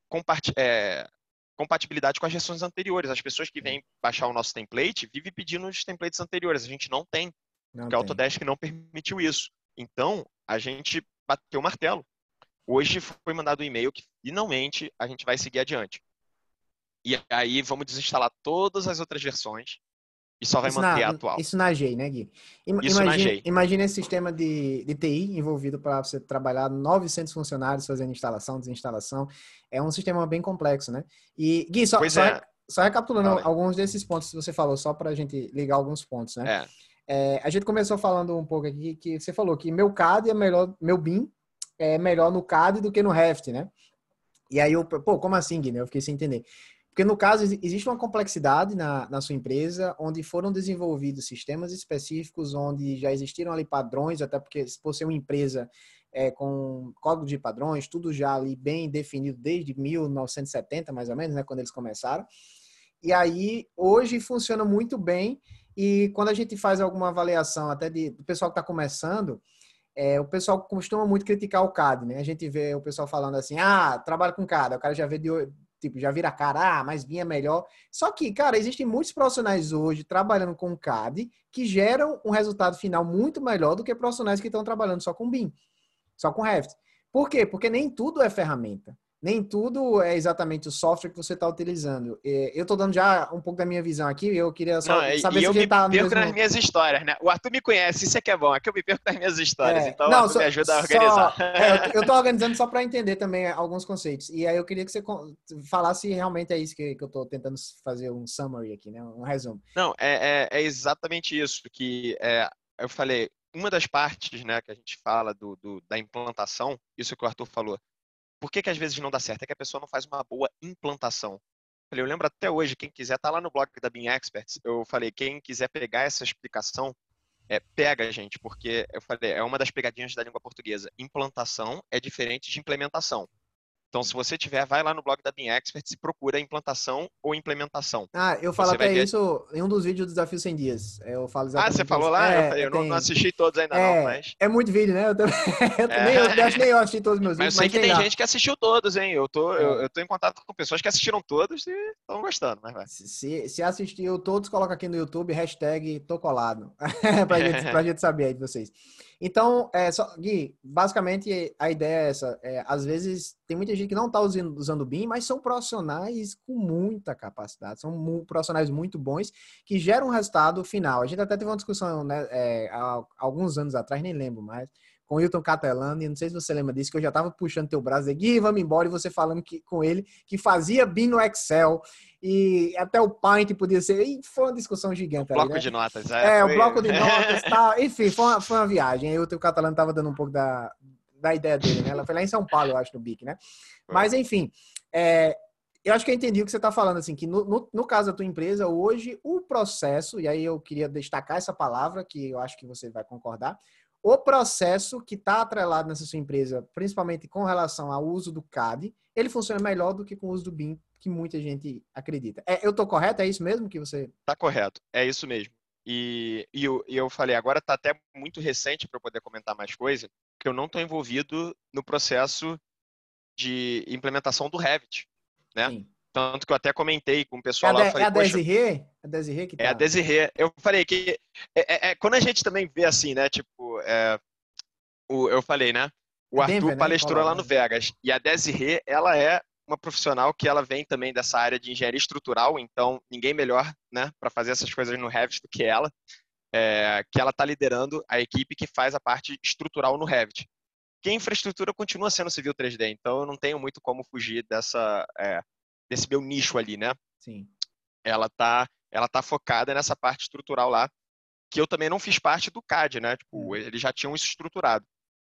Speaker 2: é, compatibilidade com as versões anteriores. As pessoas que vêm baixar o nosso template vivem pedindo os templates anteriores. A gente não tem, não porque a Autodesk não permitiu isso. Então, a gente bateu o martelo. Hoje foi mandado um e-mail que finalmente a gente vai seguir adiante. E aí vamos desinstalar todas as outras versões e só vai
Speaker 1: isso
Speaker 2: manter
Speaker 1: na,
Speaker 2: a atual.
Speaker 1: Isso na G, né, Gui?
Speaker 2: Isso na G.
Speaker 1: Imagina esse sistema de, de T I envolvido para você trabalhar novecentos funcionários fazendo instalação, desinstalação. É um sistema bem complexo, né? E, Gui, só, só, é. só recapitulando alguns desses pontos que você falou, só para a gente ligar alguns pontos, né?
Speaker 2: É.
Speaker 1: É, a gente começou falando um pouco aqui que você falou que meu C A D é melhor, meu B I M é, melhor no C A D do que no Revit, né? E aí eu, pô, como assim, Guilherme? Eu fiquei sem entender. Porque no caso, existe uma complexidade na, na sua empresa, onde foram desenvolvidos sistemas específicos, onde já existiram ali padrões, até porque por ser uma empresa é, com código de padrões, tudo já ali bem definido desde mil novecentos e setenta, mais ou menos, né, quando eles começaram. E aí, hoje funciona muito bem, e quando a gente faz alguma avaliação até de, do pessoal que está começando, é, o pessoal costuma muito criticar o C A D, né? A gente vê o pessoal falando assim, ah, trabalho com C A D, o cara já vê de, tipo, já vira a cara, ah, mas B I M é melhor. Só que, cara, existem muitos profissionais hoje trabalhando com C A D que geram um resultado final muito melhor do que profissionais que estão trabalhando só com B I M, só com Revit. Por quê? Porque nem tudo é ferramenta. Nem tudo é exatamente o software que você está utilizando. Eu estou dando já um pouco da minha visão aqui, eu queria só
Speaker 2: Não,
Speaker 1: saber
Speaker 2: e
Speaker 1: se a
Speaker 2: eu
Speaker 1: gente
Speaker 2: me
Speaker 1: está no
Speaker 2: perco
Speaker 1: mesmo...
Speaker 2: nas minhas histórias, né? O Arthur me conhece, isso é que é bom, é que eu me perco nas minhas histórias,
Speaker 1: É,
Speaker 2: então o
Speaker 1: não,
Speaker 2: Arthur
Speaker 1: só,
Speaker 2: me ajuda a organizar.
Speaker 1: só é, eu estou organizando só para entender também alguns conceitos. E aí eu queria que você falasse se realmente é isso que, que eu estou tentando fazer um summary aqui, né? Um resumo.
Speaker 2: Não, é, é, é exatamente isso que é, eu falei. Uma das partes, né, que a gente fala do, do- da implantação, isso que o Arthur falou. Por que que às vezes não dá certo? É que a pessoa não faz uma boa implantação. Falei, eu lembro até hoje, quem quiser, tá lá no blog da Beam Experts. Eu falei, quem quiser pegar essa explicação, é, pega, gente, porque eu falei, é uma das pegadinhas da língua portuguesa. Implantação é diferente de implementação. Então, se você tiver, vai lá no blog da Beam Experts e procura implantação ou implementação.
Speaker 1: Ah, eu falo
Speaker 2: Você vai
Speaker 1: até
Speaker 2: ver.
Speaker 1: isso em um dos vídeos do Desafio cem Dias. Eu falo
Speaker 2: Ah, você
Speaker 1: exatamente
Speaker 2: falou
Speaker 1: isso.
Speaker 2: lá? Eu
Speaker 1: É,
Speaker 2: falei,
Speaker 1: é,
Speaker 2: eu não, não
Speaker 1: tem...
Speaker 2: assisti todos ainda não,
Speaker 1: É,
Speaker 2: mas.
Speaker 1: é muito vídeo, né? Eu, também, eu,
Speaker 2: É...
Speaker 1: nem, eu acho que nem eu assisti todos os meus
Speaker 2: Mas
Speaker 1: vídeos,
Speaker 2: eu sei
Speaker 1: mas
Speaker 2: que
Speaker 1: tem
Speaker 2: tem
Speaker 1: lá.
Speaker 2: gente que assistiu todos, hein? Eu tô, eu,
Speaker 1: É,
Speaker 2: eu tô em contato com pessoas que assistiram todos e estão gostando, mas vai.
Speaker 1: se, se assistiu todos, coloca aqui no YouTube, hashtag tô colado, pra gente, pra gente saber aí de vocês. Então, é, só, Gui, basicamente a ideia é essa. É, às vezes tem muita gente que não está usando, usando o B I M, mas são profissionais com muita capacidade, são mu profissionais muito bons que geram um resultado final. A gente até teve uma discussão, né, é, há alguns anos atrás, nem lembro mais, com o Hilton Catalano, e não sei se você lembra disso, que eu já estava puxando teu braço, Gui, vamos embora, e você falando que, com ele que fazia B I M no Excel, e até o Paint podia ser, e foi uma discussão
Speaker 2: O
Speaker 1: gigante ali,
Speaker 2: bloco
Speaker 1: né?
Speaker 2: de notas, é,
Speaker 1: É, o
Speaker 2: foi.
Speaker 1: bloco de notas e tal. Enfim, foi uma, foi uma viagem. Aí o teu catalão tava dando um pouco da, da ideia dele, né? Ela foi lá em São Paulo, eu acho, no B I C, né?
Speaker 2: Foi.
Speaker 1: Mas, enfim, é, eu acho que eu entendi o que você está falando, assim, que no, no, no caso da tua empresa, hoje, o processo, e aí eu queria destacar essa palavra, que eu acho que você vai concordar, o processo que está atrelado nessa sua empresa, principalmente com relação ao uso do C A D, ele funciona melhor do que com o uso do B I M, que muita gente acredita. É, eu estou correto? É isso mesmo que você...
Speaker 2: Tá correto, é isso mesmo. E, e, eu, e eu falei, agora tá até muito recente para eu poder comentar mais coisa, que eu não estou envolvido no processo de implementação do Revit, né?
Speaker 1: Sim.
Speaker 2: Tanto que eu até comentei com o
Speaker 1: É a,
Speaker 2: pessoal
Speaker 1: de,
Speaker 2: lá, eu
Speaker 1: é
Speaker 2: falei,
Speaker 1: a
Speaker 2: poxa,
Speaker 1: Desirê? É a Desirê que
Speaker 2: é a
Speaker 1: tá.
Speaker 2: Desirê. Eu falei que é, é- é- quando a gente também vê assim, né? Tipo, é, o, eu falei, né?
Speaker 1: É
Speaker 2: O Arthur
Speaker 1: Denver, né?
Speaker 2: palestrou lá no
Speaker 1: Colorado.
Speaker 2: Vegas e a Desirê, ela é uma profissional que ela vem também dessa área de engenharia estrutural, então ninguém melhor, né, para fazer essas coisas no Revit do que ela, é, que ela está liderando a equipe que faz a parte estrutural no Revit. Que a infraestrutura continua sendo civil três D, então eu não tenho muito como fugir dessa, é, desse meu nicho ali, né?
Speaker 1: Sim.
Speaker 2: Ela tá, ela tá focada nessa parte estrutural lá, que eu também não fiz parte do C A D, né? Tipo,
Speaker 1: Hum.
Speaker 2: eles já tinham isso estruturado.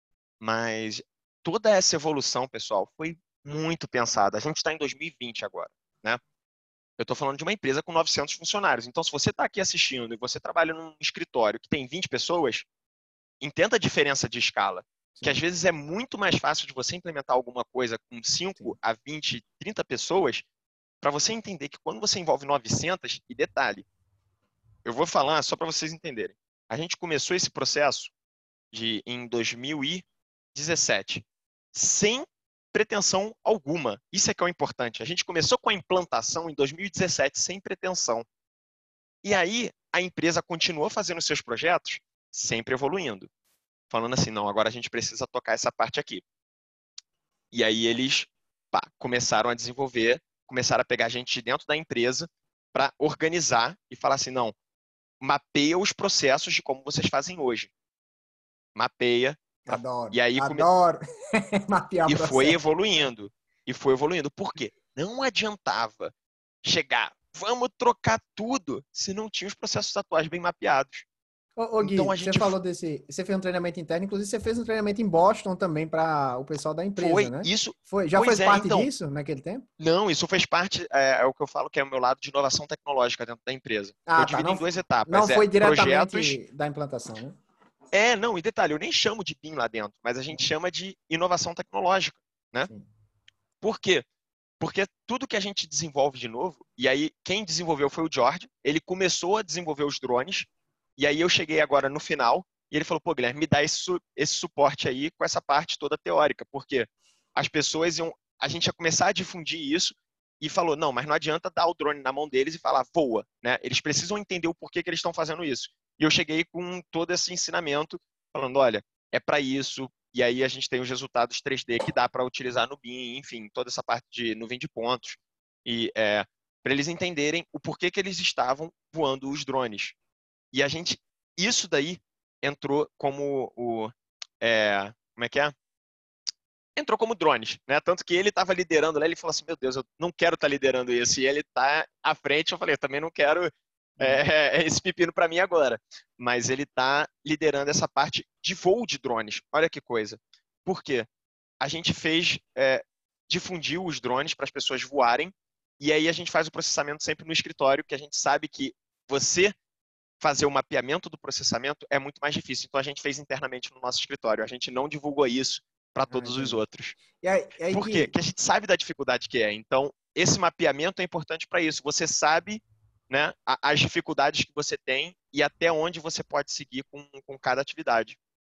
Speaker 2: Mas toda essa evolução, pessoal, foi muito pensada. A gente está em dois mil e vinte agora, né? Eu estou falando de uma empresa com novecentos funcionários. Então, se você está aqui assistindo e você trabalha num escritório que tem vinte pessoas, entenda a diferença de escala. Que às
Speaker 1: Sim.
Speaker 2: vezes é muito mais fácil de você implementar alguma coisa com cinco
Speaker 1: Sim.
Speaker 2: a vinte, trinta pessoas, para você entender que quando você envolve novecentas, e detalhe, eu vou falar só para vocês entenderem. A gente começou esse processo de em dois mil e dezessete, sem pretensão alguma. Isso é que é o importante. A gente começou com a implantação em dois mil e dezessete, sem pretensão. E aí, a empresa continuou fazendo seus projetos, sempre evoluindo. Falando assim, não, agora a gente precisa tocar essa parte aqui. E aí eles pá, começaram a desenvolver, começaram a pegar gente de dentro da empresa para organizar e falar assim, não, mapeia os processos de como vocês fazem hoje. Mapeia. Pra...
Speaker 1: Adoro.
Speaker 2: E aí come...
Speaker 1: Adoro mapear o
Speaker 2: e foi
Speaker 1: processo.
Speaker 2: evoluindo. E foi evoluindo. Por quê? Não adiantava chegar, vamos trocar tudo, se não tinha os processos atuais bem mapeados.
Speaker 1: Ô, ô Gui,
Speaker 2: Então a
Speaker 1: você
Speaker 2: gente
Speaker 1: falou desse. Você fez um treinamento interno, inclusive você fez um treinamento em Boston também para o pessoal da empresa,
Speaker 2: foi
Speaker 1: né?
Speaker 2: isso.
Speaker 1: Foi, já
Speaker 2: Pois
Speaker 1: fez
Speaker 2: é,
Speaker 1: parte
Speaker 2: então,
Speaker 1: disso naquele tempo?
Speaker 2: não, isso fez parte, é, é o que eu falo que é o meu lado de inovação tecnológica dentro da empresa. Eu
Speaker 1: Ah, tá.
Speaker 2: divido
Speaker 1: Não,
Speaker 2: em duas
Speaker 1: não
Speaker 2: etapas, é
Speaker 1: foi
Speaker 2: projetos.
Speaker 1: diretamente da implantação, né?
Speaker 2: É, não, e detalhe, eu nem chamo de B I M lá dentro, mas a gente
Speaker 1: Uhum.
Speaker 2: chama de inovação tecnológica, né?
Speaker 1: Sim.
Speaker 2: Por quê? Porque tudo que a gente desenvolve de novo, e aí quem desenvolveu foi o George, ele começou a desenvolver os drones, e aí eu cheguei agora no final, e ele falou, pô, Guilherme, me dá esse, su- esse suporte aí com essa parte toda teórica, porque as pessoas iam, a gente ia começar a difundir isso, e falou, não, mas não adianta dar o drone na mão deles e falar, voa, né? Eles precisam entender o porquê que eles estão fazendo isso. E eu cheguei com todo esse ensinamento, falando, olha, é para isso, e aí a gente tem os resultados três D que dá para utilizar no B I M, enfim, toda essa parte de nuvem de pontos. E é, para eles entenderem o porquê que eles estavam voando os drones. E a gente, isso daí entrou como o, é, como é que é? Entrou como drones, né? Tanto que ele estava liderando lá, ele falou assim, meu Deus, eu não quero estar tá liderando isso. E ele está à frente, eu falei, eu também não quero
Speaker 1: Uhum.
Speaker 2: é, esse pepino para mim agora. Mas ele está liderando essa parte de voo de drones. Olha que coisa. Por quê? A gente fez, é, difundiu os drones para as pessoas voarem, e aí a gente faz o processamento sempre no escritório, que a gente sabe que você fazer o mapeamento do processamento é muito mais difícil. Então a gente fez internamente no nosso escritório. A gente não divulgou isso para
Speaker 1: Ah,
Speaker 2: todos os
Speaker 1: entendi.
Speaker 2: outros.
Speaker 1: E aí, e aí
Speaker 2: Por quê?
Speaker 1: Gui,
Speaker 2: Porque a gente sabe da dificuldade que é. Então, esse mapeamento é importante para isso. Você sabe, né, as dificuldades que você tem e até onde você pode seguir com, com cada atividade.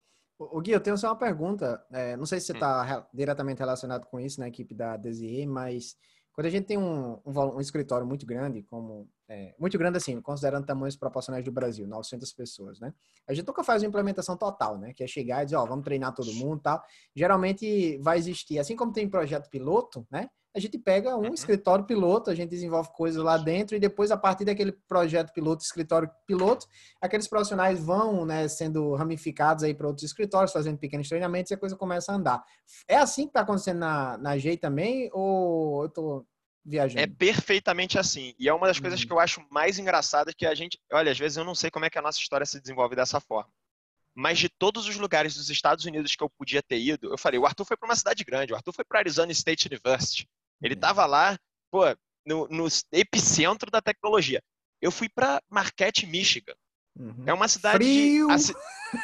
Speaker 1: o Gui, eu tenho só uma pergunta. É, não sei se você
Speaker 2: Hum,
Speaker 1: está diretamente relacionado com isso na equipe da Desiree, mas quando a gente tem um, um, vol- um escritório muito grande, como é, muito grande assim, considerando tamanhos proporcionais do Brasil, novecentas pessoas, né? A gente nunca faz uma implementação total, né? Que é chegar e dizer, ó, vamos treinar todo mundo, e tal. Geralmente vai existir, assim como tem projeto piloto, né? A gente pega um
Speaker 2: uhum,
Speaker 1: escritório piloto, a gente desenvolve coisas lá
Speaker 2: isso.
Speaker 1: dentro e depois a partir daquele projeto piloto, escritório piloto, aqueles profissionais vão, né, sendo ramificados aí para outros escritórios, fazendo pequenos treinamentos e a coisa começa a andar. É assim que está acontecendo na, na G E I também ou eu estou
Speaker 2: É
Speaker 1: viajando?
Speaker 2: perfeitamente assim. E é uma das coisas que
Speaker 1: Uhum.
Speaker 2: eu acho mais engraçadas que a gente, olha, às vezes eu não sei como é que a nossa história se desenvolve dessa forma. Mas de todos os lugares dos Estados Unidos que eu podia ter ido, eu falei, o Arthur foi para uma cidade grande, o Arthur foi para Arizona State University. Ele estava lá, pô, no, no epicentro da tecnologia. Eu fui para Marquette, Michigan.
Speaker 1: Uhum.
Speaker 2: É uma cidade de. a
Speaker 1: Frio!
Speaker 2: ci-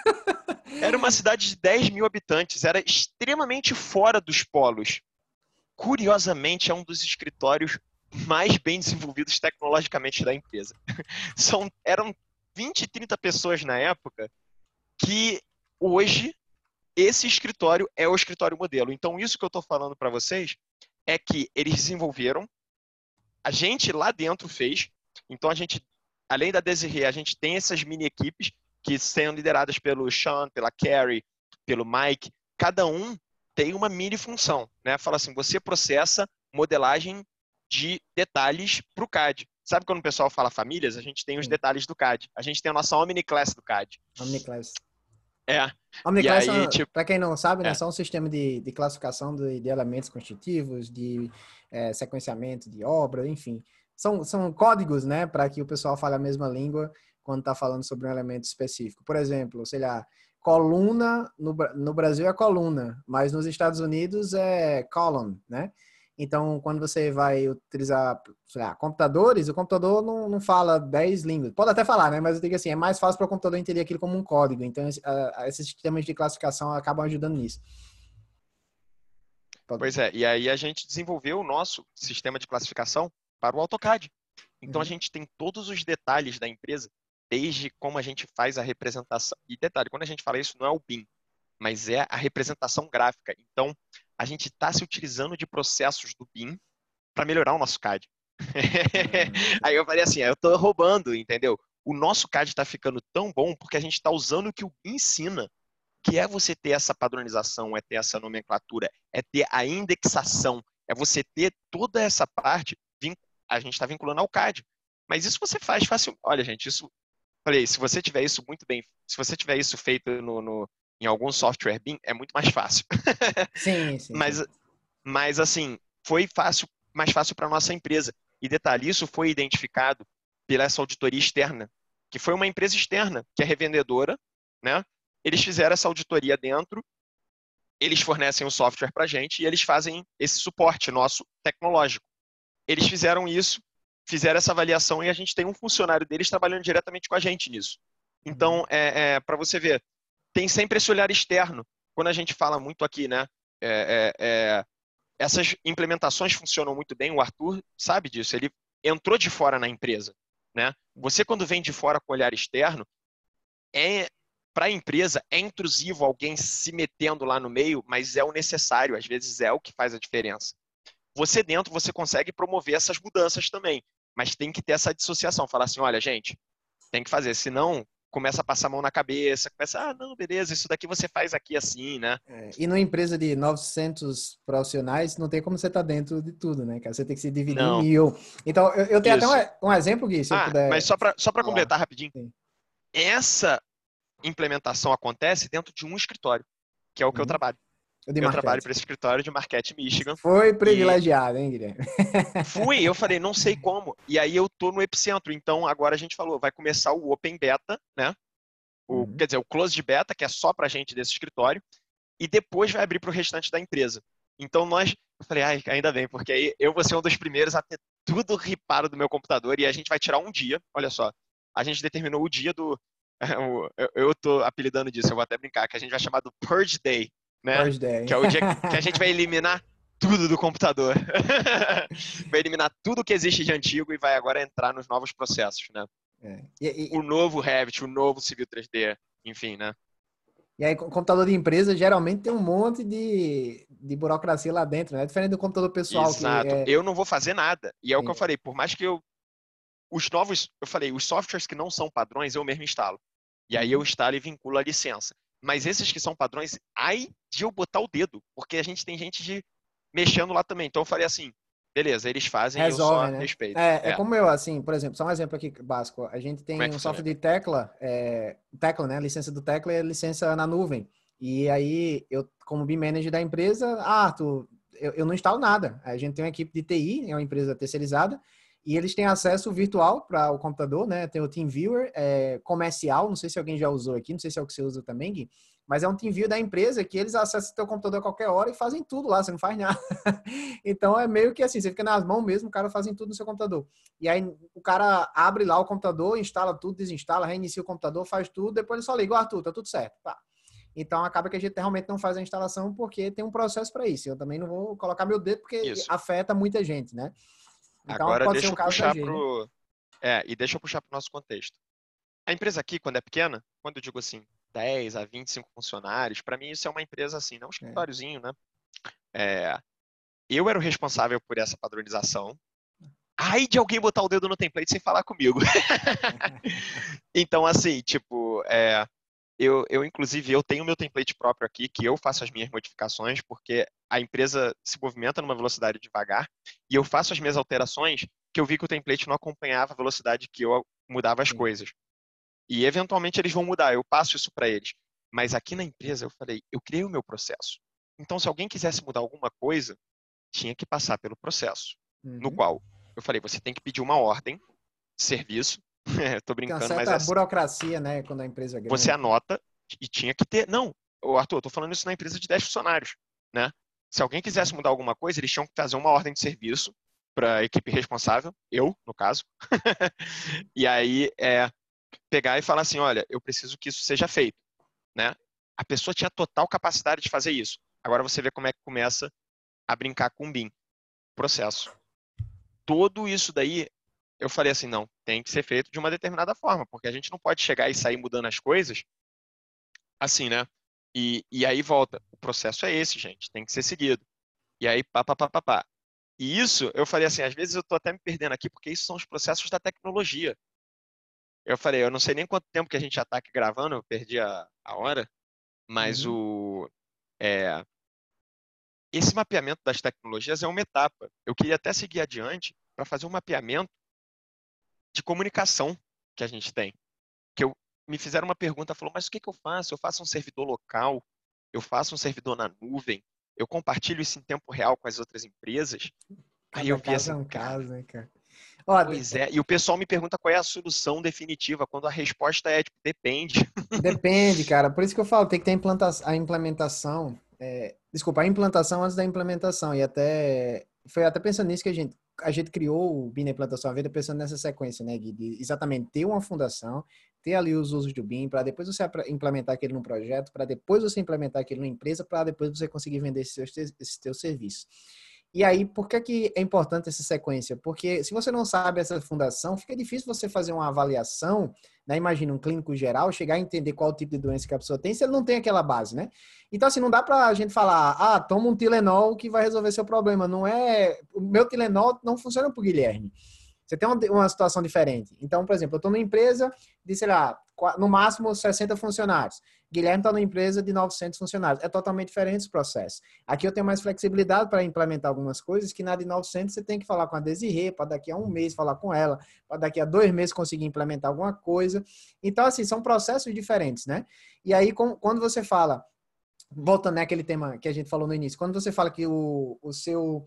Speaker 2: Era uma cidade de dez mil habitantes, era extremamente fora dos polos. Curiosamente, é um dos escritórios mais bem desenvolvidos tecnologicamente da empresa. São, eram vinte, trinta pessoas na época que hoje esse escritório é o escritório modelo. Então, isso que eu estou falando para vocês é que eles desenvolveram, a gente lá dentro fez. Então, a gente, além da Desiree, a gente tem essas mini equipes que são lideradas pelo Sean, pela Carrie, pelo Mike. Cada um tem uma mini função, né? Fala assim, você processa modelagem de detalhes para o C A D. Sabe quando o pessoal fala famílias? A gente tem os
Speaker 1: Sim,
Speaker 2: detalhes do C A D. A gente tem a nossa Omniclass do C A D.
Speaker 1: Omniclass.
Speaker 2: É. E
Speaker 1: Omniclass,
Speaker 2: aí, tipo,
Speaker 1: para quem não sabe, né,
Speaker 2: é.
Speaker 1: são um sistema de, de classificação de, de elementos constitutivos, de é, sequenciamento de obra, enfim. São, são códigos, né, para que o pessoal fale a mesma língua quando está falando sobre um elemento específico. Por exemplo, sei lá, coluna, no, no Brasil é coluna, mas nos Estados Unidos é column, né? Então, quando você vai utilizar, sei lá, computadores, o computador não, não fala dez línguas. Pode até falar, né? Mas eu digo assim, é mais fácil para o computador entender aquilo como um código. Então, esse- a- a- esses sistemas de classificação acabam ajudando nisso. Pode-
Speaker 2: Pois é, e aí a gente desenvolveu o nosso sistema de classificação para o AutoCAD. Então a
Speaker 1: Uhum.
Speaker 2: gente tem todos os detalhes da empresa, desde como a gente faz a representação. E detalhe, quando a gente fala isso, não é o B I M, mas é a representação gráfica. Então a gente está se utilizando de processos do B I M para melhorar o nosso C A D.
Speaker 1: Ah,
Speaker 2: Aí
Speaker 1: entendi.
Speaker 2: eu falei assim, eu estou roubando, entendeu? O nosso C A D está ficando tão bom porque a gente está usando o que o B I M ensina, que é você ter essa padronização, é ter essa nomenclatura, é ter a indexação, é você ter toda essa parte, a gente está vinculando ao C A D. Mas isso você faz fácil. Olha, gente, isso. Falei, se você tiver isso muito bem, se você tiver isso feito no, no em algum software B I M, é muito mais fácil.
Speaker 1: Sim, sim, sim.
Speaker 2: mas, mas, assim, foi fácil, mais fácil para nossa empresa. E detalhe, isso foi identificado pela essa auditoria externa que foi uma empresa externa, que é revendedora, né? Eles fizeram essa auditoria dentro, eles fornecem o software para a gente e eles fazem esse suporte nosso tecnológico. Eles fizeram isso, fizeram essa avaliação e a gente tem um funcionário deles trabalhando diretamente com a gente nisso. Então,
Speaker 1: Uhum.
Speaker 2: é, é, para você ver, tem sempre esse olhar externo. Quando a gente fala muito aqui, né? É, é, é, essas implementações funcionam muito bem, o Arthur sabe disso, ele entrou de fora na empresa, né? Você, quando vem de fora com olhar externo, é para a empresa, é intrusivo alguém se metendo lá no meio, mas é o necessário, às vezes é o que faz a diferença. Você dentro, você consegue promover essas mudanças também, mas tem que ter essa dissociação, falar assim, olha, gente, tem que fazer, senão começa a passar a mão na cabeça, começa, ah, não, beleza, isso daqui você faz aqui assim, né?
Speaker 1: É, e numa empresa de novecentos profissionais, não tem como você estar dentro de tudo, né, cara? Você tem que se dividir em
Speaker 2: Não,
Speaker 1: mil. Então, eu, eu tenho até
Speaker 2: isso.
Speaker 1: um, um exemplo, Gui, se eu
Speaker 2: Ah, mas
Speaker 1: puder
Speaker 2: só para só para
Speaker 1: falar.
Speaker 2: completar rapidinho,
Speaker 1: Sim.
Speaker 2: essa implementação acontece dentro de um escritório, que é o que eu
Speaker 1: Uhum.
Speaker 2: trabalho.
Speaker 1: O de
Speaker 2: Eu trabalho
Speaker 1: Marquette.
Speaker 2: para esse escritório de Marquette, Michigan,
Speaker 1: Foi
Speaker 2: e
Speaker 1: privilegiado, hein, Guilherme?
Speaker 2: fui, eu falei, não sei como, e aí eu tô no epicentro, então agora a gente falou, vai começar o Open Beta, né? O,
Speaker 1: Uhum.
Speaker 2: quer dizer, o Closed Beta, que é só pra gente desse escritório, e depois vai abrir para o restante da empresa. Então nós, eu falei, ai, ainda bem, porque aí eu vou ser um dos primeiros a ter tudo ripado do meu computador e a gente vai tirar um dia, olha só, a gente determinou o dia do, eu, eu tô apelidando disso, eu vou até brincar, que a gente vai chamar do Purge Day, né?
Speaker 1: First day.
Speaker 2: Que é o dia que a gente vai eliminar tudo do computador. Vai eliminar tudo que existe de antigo e vai agora entrar nos novos processos, né?
Speaker 1: É. E,
Speaker 2: O
Speaker 1: e,
Speaker 2: novo Revit, o novo Civil três D, enfim, né?
Speaker 1: e aí, o computador de empresa geralmente tem um monte de, de burocracia lá dentro, né? É diferente do computador pessoal, que
Speaker 2: Exato.
Speaker 1: é.
Speaker 2: Eu não vou fazer nada. E é o que eu
Speaker 1: Sim.
Speaker 2: falei, por mais que eu. Os novos, eu falei, os softwares que não são padrões, eu mesmo instalo. E aí eu
Speaker 1: Uhum.
Speaker 2: instalo e vinculo a licença. Mas esses que são padrões, ai de eu botar o dedo, porque a gente tem gente de mexendo lá também. Então eu falei assim, beleza, eles fazem e eu só
Speaker 1: Resolvem, né?
Speaker 2: respeito.
Speaker 1: É, é
Speaker 2: É.
Speaker 1: como eu, assim, por exemplo, só um exemplo aqui básico. A gente
Speaker 2: Como é
Speaker 1: tem
Speaker 2: que
Speaker 1: um
Speaker 2: funciona?
Speaker 1: software de tecla, é, tecla, né? A licença do tecla é a licença na nuvem. E aí, eu, como B I M Manager da empresa, ah, tu, eu, eu não instalo nada. A gente tem uma equipe de T I, é uma empresa terceirizada, e eles têm acesso virtual para o computador, né? Tem o TeamViewer é, comercial, não sei se alguém já usou aqui, não sei se é o que você usa também, Gui, mas é um TeamViewer da empresa que eles acessam o teu computador a qualquer hora e fazem tudo lá, você não faz nada. Então é meio que assim, você fica nas mãos mesmo, o cara fazem tudo no seu computador. E aí o cara abre lá o computador, instala tudo, desinstala, reinicia o computador, faz tudo, depois ele só liga, o Arthur, tá tudo certo. Pá. Então acaba que a gente realmente não faz a instalação porque tem um processo para isso. Eu também não vou colocar meu dedo porque
Speaker 2: Isso.
Speaker 1: afeta muita gente, né? Então
Speaker 2: Agora
Speaker 1: pode ser
Speaker 2: deixa
Speaker 1: o
Speaker 2: eu
Speaker 1: caso da
Speaker 2: puxar
Speaker 1: G, né?
Speaker 2: pro. É, e deixa eu puxar pro nosso contexto. A empresa aqui, quando é pequena, quando eu digo assim, dez a vinte e cinco funcionários, para mim isso é uma empresa assim, não um
Speaker 1: É.
Speaker 2: escritóriozinho, né? É, eu era o responsável por essa padronização. Ai de alguém botar o dedo no template sem falar comigo. Então, assim, tipo, é, eu, eu, inclusive, eu tenho meu template próprio aqui, que eu faço as minhas modificações, porque a empresa se movimenta numa velocidade devagar, e eu faço as minhas alterações que eu vi que o template não acompanhava a velocidade que eu mudava as
Speaker 1: Sim.
Speaker 2: coisas. E, eventualmente, eles vão mudar, eu passo isso para eles. Mas aqui na empresa, eu falei, eu criei o meu processo. Então, se alguém quisesse mudar alguma coisa, tinha que passar pelo processo, no
Speaker 1: Uhum.
Speaker 2: qual eu falei, você tem que pedir uma ordem de serviço, estou
Speaker 1: Tem uma
Speaker 2: brincando, mas é
Speaker 1: certa
Speaker 2: assim,
Speaker 1: burocracia, né, quando a empresa é
Speaker 2: você
Speaker 1: grande.
Speaker 2: anota e tinha que ter, não, ô Arthur, eu tô falando isso na empresa de dez funcionários, né? Se alguém quisesse
Speaker 1: Uhum.
Speaker 2: mudar alguma coisa, eles tinham que fazer uma ordem de serviço para a equipe responsável, eu, no caso, e aí é, pegar e falar assim, olha, eu preciso que isso seja feito, né? A pessoa tinha total capacidade de fazer isso. Agora você vê como é que começa a brincar com o B I M, processo. Tudo isso daí, eu falei assim, não, tem que ser feito de uma determinada forma, porque a gente não pode chegar e sair mudando as coisas assim, né? E, e aí volta. O processo é esse, gente, tem que ser seguido. E aí, pá, pá, pá, pá, pá. E isso, eu falei assim, às vezes eu tô até me perdendo aqui, porque isso são os processos da tecnologia. Eu falei, eu não sei nem quanto tempo que a gente já tá aqui gravando, eu perdi a, a hora, mas
Speaker 1: Uhum.
Speaker 2: o, é, esse mapeamento das tecnologias é uma etapa. Eu queria até seguir adiante para fazer um mapeamento de comunicação que a gente tem. Que eu me fizeram uma pergunta, falou, mas o que que eu faço? Eu faço um servidor local, eu faço um servidor na nuvem, eu compartilho isso em tempo real com as outras empresas. Aí eu
Speaker 1: Cada
Speaker 2: vi
Speaker 1: caso é
Speaker 2: assim,
Speaker 1: um
Speaker 2: cara,
Speaker 1: caso, né, cara? Ó,
Speaker 2: Pois é, e o pessoal me pergunta qual é a solução definitiva, quando a resposta é, tipo, depende.
Speaker 1: depende, cara. Por isso que eu falo, tem que ter a implanta- a implementação. é, desculpa, a implantação antes da implementação. E até foi até pensando nisso que a gente, a gente criou o B I M na implantação a vida pensando nessa sequência, né, Gui? De exatamente ter uma fundação, ter ali os usos do B I M, para depois você apra- implementar aquele num projeto, para depois você implementar aquilo numa empresa, para depois você conseguir vender esse seu, esse teu serviço. E aí, por que que é importante essa sequência? Porque se você não sabe essa fundação, fica difícil você fazer uma avaliação, né? Imagina um clínico geral chegar a entender qual tipo de doença que a pessoa tem, se ele não tem aquela base, né? Então, assim, não dá pra gente falar, ah, toma um Tilenol que vai resolver seu problema. Não é... O meu Tilenol não funciona pro Guilherme. Você tem uma, uma situação diferente. Então, por exemplo, eu estou numa empresa de, sei lá, no máximo sessenta funcionários. Guilherme está numa empresa de novecentos funcionários. É totalmente diferente os processos. Aqui eu tenho mais flexibilidade para implementar algumas coisas que na de novecentos você tem que falar com a Desirê, para daqui a um mês falar com ela, para daqui a dois meses conseguir implementar alguma coisa. Então, assim, são processos diferentes, né? E aí, com, quando você fala, voltando naquele tema que a gente falou no início, quando você fala que o, o seu...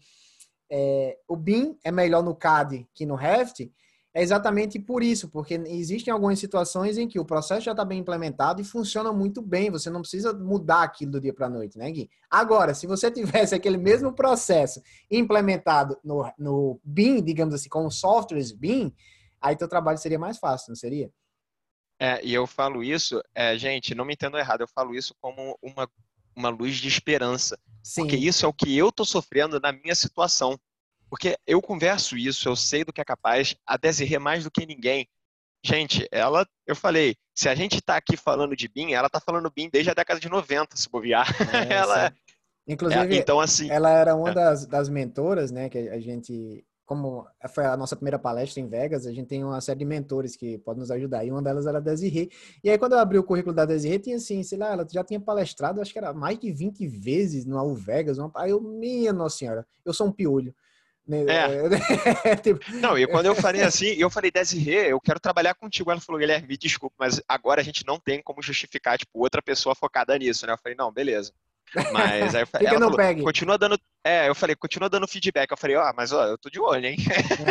Speaker 1: É, o B I M é melhor no C A D que no Revit, é exatamente por isso, porque existem algumas situações em que o processo já está bem implementado e funciona muito bem, você não precisa mudar aquilo do dia para a noite, né, Gui? Agora, se você tivesse aquele mesmo processo implementado no, no B I M, digamos assim, com os softwares B I M, aí teu trabalho seria mais fácil, não seria?
Speaker 2: É, e eu falo isso, é, gente, não me entendam errado, eu falo isso como uma, uma luz de esperança, porque
Speaker 1: Sim.
Speaker 2: isso é o que eu estou sofrendo na minha situação. Porque eu converso isso, eu sei do que é capaz, a Desirê mais do que ninguém. Gente, ela, eu falei, se a gente está aqui falando de B I M, ela está falando B I M desde a década de noventa, se bobear.
Speaker 1: É,
Speaker 2: Ela,
Speaker 1: sim.
Speaker 2: é,
Speaker 1: Inclusive,
Speaker 2: então, assim,
Speaker 1: ela era uma
Speaker 2: é,
Speaker 1: das, das mentoras, né? Que a gente, como foi a nossa primeira palestra em Vegas, a gente tem uma série de mentores que podem nos ajudar. E uma delas era a Desirê. E aí, quando eu abri o currículo da Desirê, tinha assim, sei lá, ela já tinha palestrado, acho que era mais de vinte vezes no U Vegas. Uma... Aí eu, minha Nossa Senhora, eu sou um piolho. Né?
Speaker 2: é.
Speaker 1: É, tipo,
Speaker 2: Não, e quando eu falei assim, eu falei, Desirê, eu quero trabalhar contigo. Ela falou, Guilherme, me desculpa, mas agora a gente não tem como justificar, tipo, outra pessoa focada nisso, né? Eu falei, não, beleza. Mas aí eu fa-
Speaker 1: fica
Speaker 2: ela
Speaker 1: no
Speaker 2: falou,
Speaker 1: pegue.
Speaker 2: continua dando. É, eu falei, continua dando feedback. Eu falei, ó, mas ó, eu tô de olho, hein?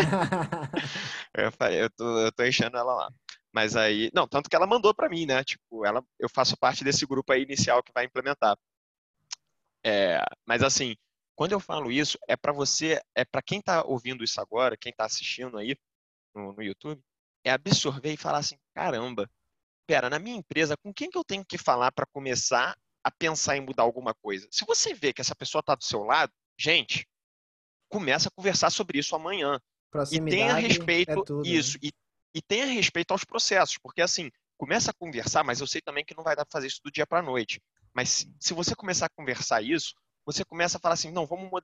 Speaker 2: Eu falei, eu tô, eu tô enchendo ela lá. Mas aí, não, tanto que ela mandou pra mim, né? Tipo, ela, eu faço parte desse grupo aí inicial que vai implementar. É, mas assim, quando eu falo isso, é pra você, é pra quem tá ouvindo isso agora, quem tá assistindo aí no, no YouTube, é absorver e falar assim, caramba, pera, na minha empresa, com quem que eu tenho que falar para começar a pensar em mudar alguma coisa? Se você vê que essa pessoa está do seu lado, gente, começa a conversar sobre isso amanhã. E tenha
Speaker 1: Proximidade é
Speaker 2: respeito
Speaker 1: tudo, né?
Speaker 2: isso, e, e tenha respeito aos processos, porque assim, começa a conversar, mas eu sei também que não vai dar para fazer isso do dia para a noite. Mas se, se você começar a conversar isso, você começa a falar assim, não, vamos,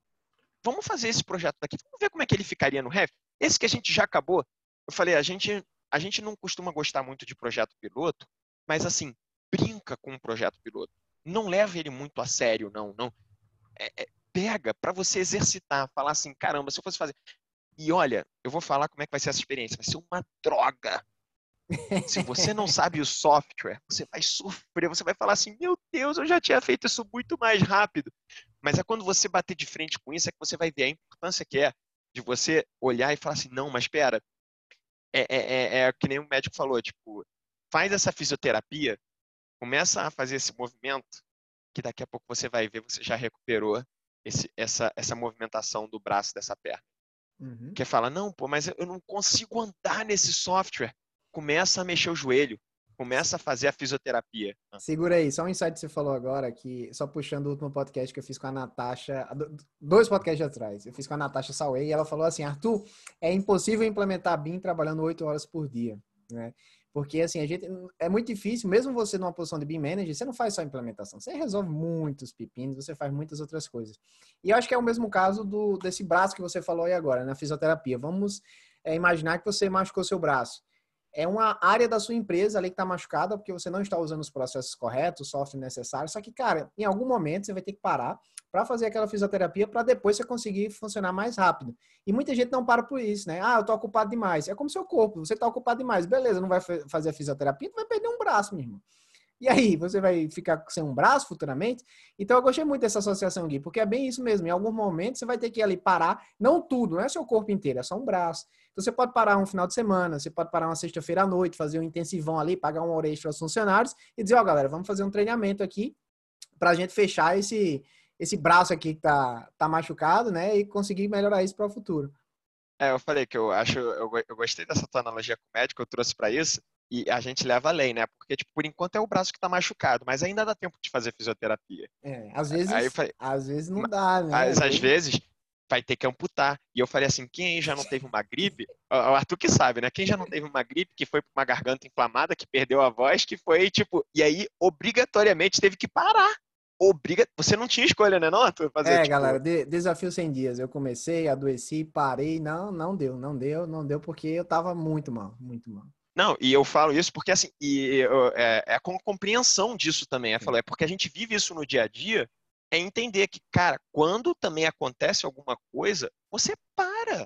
Speaker 2: vamos fazer esse projeto daqui, vamos ver como é que ele ficaria no Revit. Esse que a gente já acabou, eu falei, a gente, a gente não costuma gostar muito de projeto piloto, mas assim, brinca com um projeto piloto. Não leva ele muito a sério, não. não. É, é, pega para você exercitar, falar assim, caramba, se eu fosse fazer. E olha, eu vou falar como é que vai ser essa experiência. Vai ser uma droga. Se você não sabe o software, você vai sofrer, você vai falar assim, meu Deus, eu já tinha feito isso muito mais rápido. Mas é quando você bater de frente com isso, é que você vai ver a importância que é de você olhar e falar assim, não, mas espera, é, é, é, é que nem o médico falou, tipo, faz essa fisioterapia, começa a fazer esse movimento, que daqui a pouco você vai ver, você já recuperou esse, essa, essa movimentação do braço dessa perna.
Speaker 1: Uhum.
Speaker 2: Que fala, não, pô, mas eu não consigo andar nesse software. Começa a mexer o joelho, começa a fazer a fisioterapia.
Speaker 1: Segura aí, só um insight que você falou agora, que só puxando o último podcast que eu fiz com a Natasha, dois podcasts atrás, eu fiz com a Natasha Sauer e ela falou assim, Arthur, é impossível implementar B I M trabalhando oito horas por dia, né? Porque assim, a gente é muito difícil, mesmo você numa posição de B I M Manager, você não faz só implementação, você resolve muitos pepinos, você faz muitas outras coisas. E eu acho que é o mesmo caso do, desse braço que você falou aí agora, na fisioterapia. Vamos é, imaginar que você machucou seu braço. É uma área da sua empresa ali que está machucada porque você não está usando os processos corretos, o software necessário. Só que, cara, em algum momento você vai ter que parar para fazer aquela fisioterapia para depois você conseguir funcionar mais rápido. E muita gente não para por isso, né? Ah, eu tô ocupado demais. É como seu corpo, você está ocupado demais. Beleza, não vai fazer a fisioterapia, tu vai perder um braço, meu irmão. E aí, você vai ficar sem um braço futuramente? Então, eu gostei muito dessa associação, Gui, porque é bem isso mesmo. Em algum momento, você vai ter que ir ali parar, não tudo, não é seu corpo inteiro, é só um braço. Então, você pode parar um final de semana, você pode parar uma sexta-feira à noite, fazer um intensivão ali, pagar uma hora extra aos funcionários e dizer, ó, oh, galera, vamos fazer um treinamento aqui pra gente fechar esse, esse braço aqui que tá, tá machucado, né? E conseguir melhorar isso para o futuro.
Speaker 2: É, eu falei que eu acho, eu, eu gostei dessa tua analogia com o médico, eu trouxe para isso, e a gente leva além, né? Porque, tipo, por enquanto é o braço que tá machucado, mas ainda dá tempo de fazer fisioterapia.
Speaker 1: É, às
Speaker 2: Aí eu
Speaker 1: vezes,
Speaker 2: falei,
Speaker 1: às vezes não dá, né?
Speaker 2: mas
Speaker 1: Às
Speaker 2: às
Speaker 1: vezes...
Speaker 2: vezes vai ter que amputar. E eu falei assim, quem já não teve uma gripe, o Arthur que sabe, né? Quem já não teve uma gripe, que foi com uma garganta inflamada, que perdeu a voz, que foi, tipo, e aí obrigatoriamente teve que parar. Obriga... Você não tinha escolha, né, não, Arthur? Fazer,
Speaker 1: É,
Speaker 2: tipo,
Speaker 1: galera, de- desafio cem dias. Eu comecei, adoeci, parei, não, não deu, não deu, não deu porque eu tava muito mal, muito mal.
Speaker 2: não, e eu falo isso porque, assim, e, eu- é, é com compreensão disso também. É,
Speaker 1: Sim,
Speaker 2: falar, é porque a gente vive isso no dia a dia, é entender que, cara, quando também acontece alguma coisa, você para.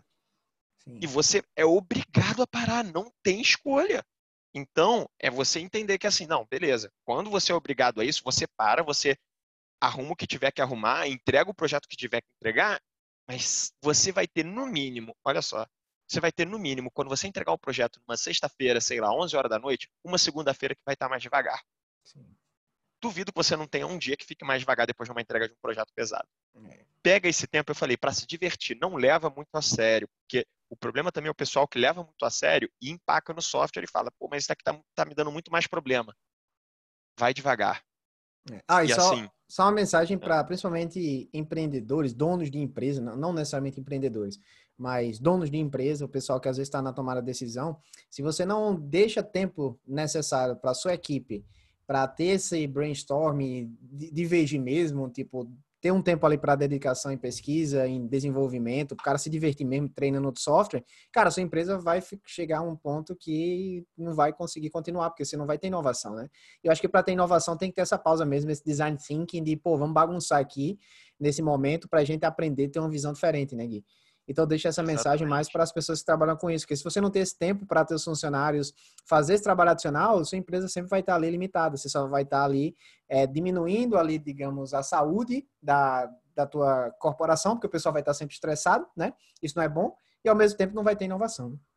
Speaker 2: E
Speaker 1: sim,
Speaker 2: você é obrigado a parar, não tem escolha. Então, é você entender que, assim, não, beleza. Quando você é obrigado a isso, você para, você arruma o que tiver que arrumar, entrega o projeto que tiver que entregar, mas você vai ter no mínimo, olha só, você vai ter no mínimo, quando você entregar o projeto numa sexta-feira, sei lá, onze horas da noite, uma segunda-feira que vai estar mais devagar.
Speaker 1: sim.
Speaker 2: Duvido que você não tenha um dia que fique mais devagar depois de uma entrega de um projeto pesado.
Speaker 1: É,
Speaker 2: Pega esse tempo, eu falei, para se divertir, não leva muito a sério, porque o problema também é o pessoal que leva muito a sério e empaca no software e fala, pô, mas isso aqui tá, tá me dando muito mais problema. Vai devagar.
Speaker 1: é. Ah, e
Speaker 2: E
Speaker 1: só,
Speaker 2: assim,
Speaker 1: só uma mensagem
Speaker 2: é,
Speaker 1: para principalmente empreendedores, donos de empresa, não, não necessariamente empreendedores, mas donos de empresa, o pessoal que às vezes está na tomada de decisão, se você não deixa tempo necessário para a sua equipe para ter esse brainstorm de, de vez de mesmo, tipo, ter um tempo ali para dedicação em pesquisa, em desenvolvimento, o cara se divertir mesmo treinando outro software, cara, a sua empresa vai chegar a um ponto que não vai conseguir continuar, porque você não vai ter inovação, né? Eu acho que para ter inovação tem que ter essa pausa mesmo, esse design thinking de, pô, vamos bagunçar aqui nesse momento para a gente aprender a ter uma visão diferente, né, Gui? Então, deixa essa mensagem mais
Speaker 2: exatamente.
Speaker 1: para as pessoas que trabalham com isso, porque se você não ter esse tempo para ter os funcionários fazer esse trabalho adicional, sua empresa sempre vai estar ali limitada, você só vai estar ali é, diminuindo ali, digamos, a saúde da, da tua corporação, porque o pessoal vai estar sempre estressado, né? Isso não é bom, e ao mesmo tempo não vai ter inovação. Né?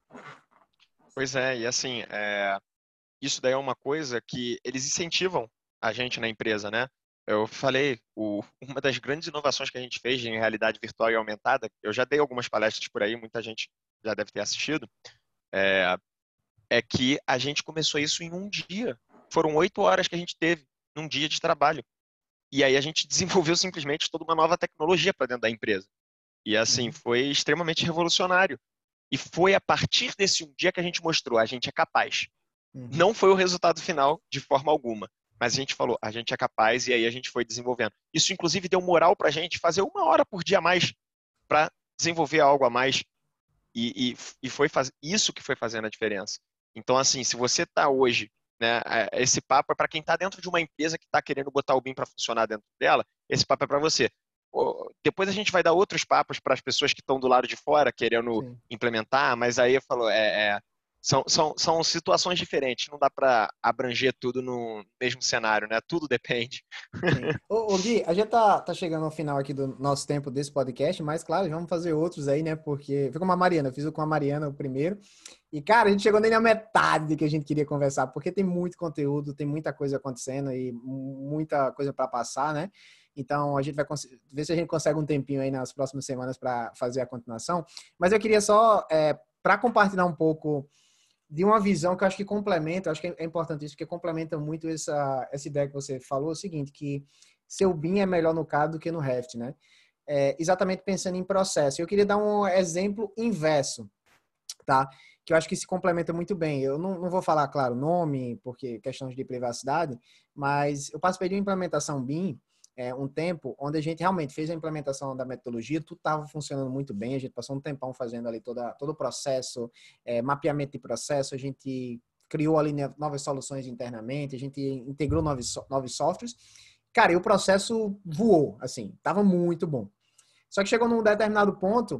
Speaker 2: Pois é, e assim, é, isso daí é uma coisa que eles incentivam a gente na empresa, né? Eu falei, o, uma das grandes inovações que a gente fez em realidade virtual e aumentada, eu já dei algumas palestras por aí, muita gente já deve ter assistido, é, é que a gente começou isso em um dia. Foram oito horas que a gente teve num dia de trabalho. E aí a gente desenvolveu simplesmente toda uma nova tecnologia para dentro da empresa. E assim,
Speaker 1: Uhum.
Speaker 2: foi extremamente revolucionário. E foi a partir desse um dia que a gente mostrou, a gente é capaz.
Speaker 1: Uhum.
Speaker 2: Não foi o resultado final de forma alguma, mas a gente falou, a gente é capaz e aí a gente foi desenvolvendo. Isso inclusive deu moral para a gente fazer uma hora por dia a mais para desenvolver algo a mais e, e, e foi faz... isso que foi fazendo a diferença. Então assim, se você está hoje, né, esse papo é para quem está dentro de uma empresa que está querendo botar o B I M para funcionar dentro dela, esse papo é para você. Depois a gente vai dar outros papos para as pessoas que estão do lado de fora querendo
Speaker 1: Sim.
Speaker 2: implementar, mas aí eu falo, é, é são, são, são situações diferentes, não dá para abranger tudo no mesmo cenário, né? Tudo depende.
Speaker 1: Sim. Ô, ô, Gui, a gente tá, tá chegando ao final aqui do nosso tempo desse podcast, mas claro, vamos fazer outros aí, né? Porque foi com a Mariana, eu fiz o com a Mariana o primeiro. E, cara, a gente chegou nem na metade do que a gente queria conversar, porque tem muito conteúdo, tem muita coisa acontecendo e muita coisa para passar, né? Então, a gente vai ver se a gente consegue um tempinho aí nas próximas semanas para fazer a continuação. Mas eu queria só, é, para compartilhar um pouco de uma visão que eu acho que complementa, eu acho que é importante isso, porque complementa muito essa, essa ideia que você falou, é o seguinte, que seu B I M é melhor no C A D do que no Revit, né? É, exatamente pensando em processo. Eu queria dar um exemplo inverso, tá? Que eu acho que se complementa muito bem. Eu não, não vou falar, claro, nome, porque questões de privacidade, mas eu participei de uma implementação B I M é, um tempo, onde a gente realmente fez a implementação da metodologia, tudo estava funcionando muito bem, a gente passou um tempão fazendo ali toda, todo o processo, é, mapeamento de processo, a gente criou ali novas soluções internamente, a gente integrou novos, novos softwares. Cara, e o processo voou, assim, estava muito bom. Só que chegou num determinado ponto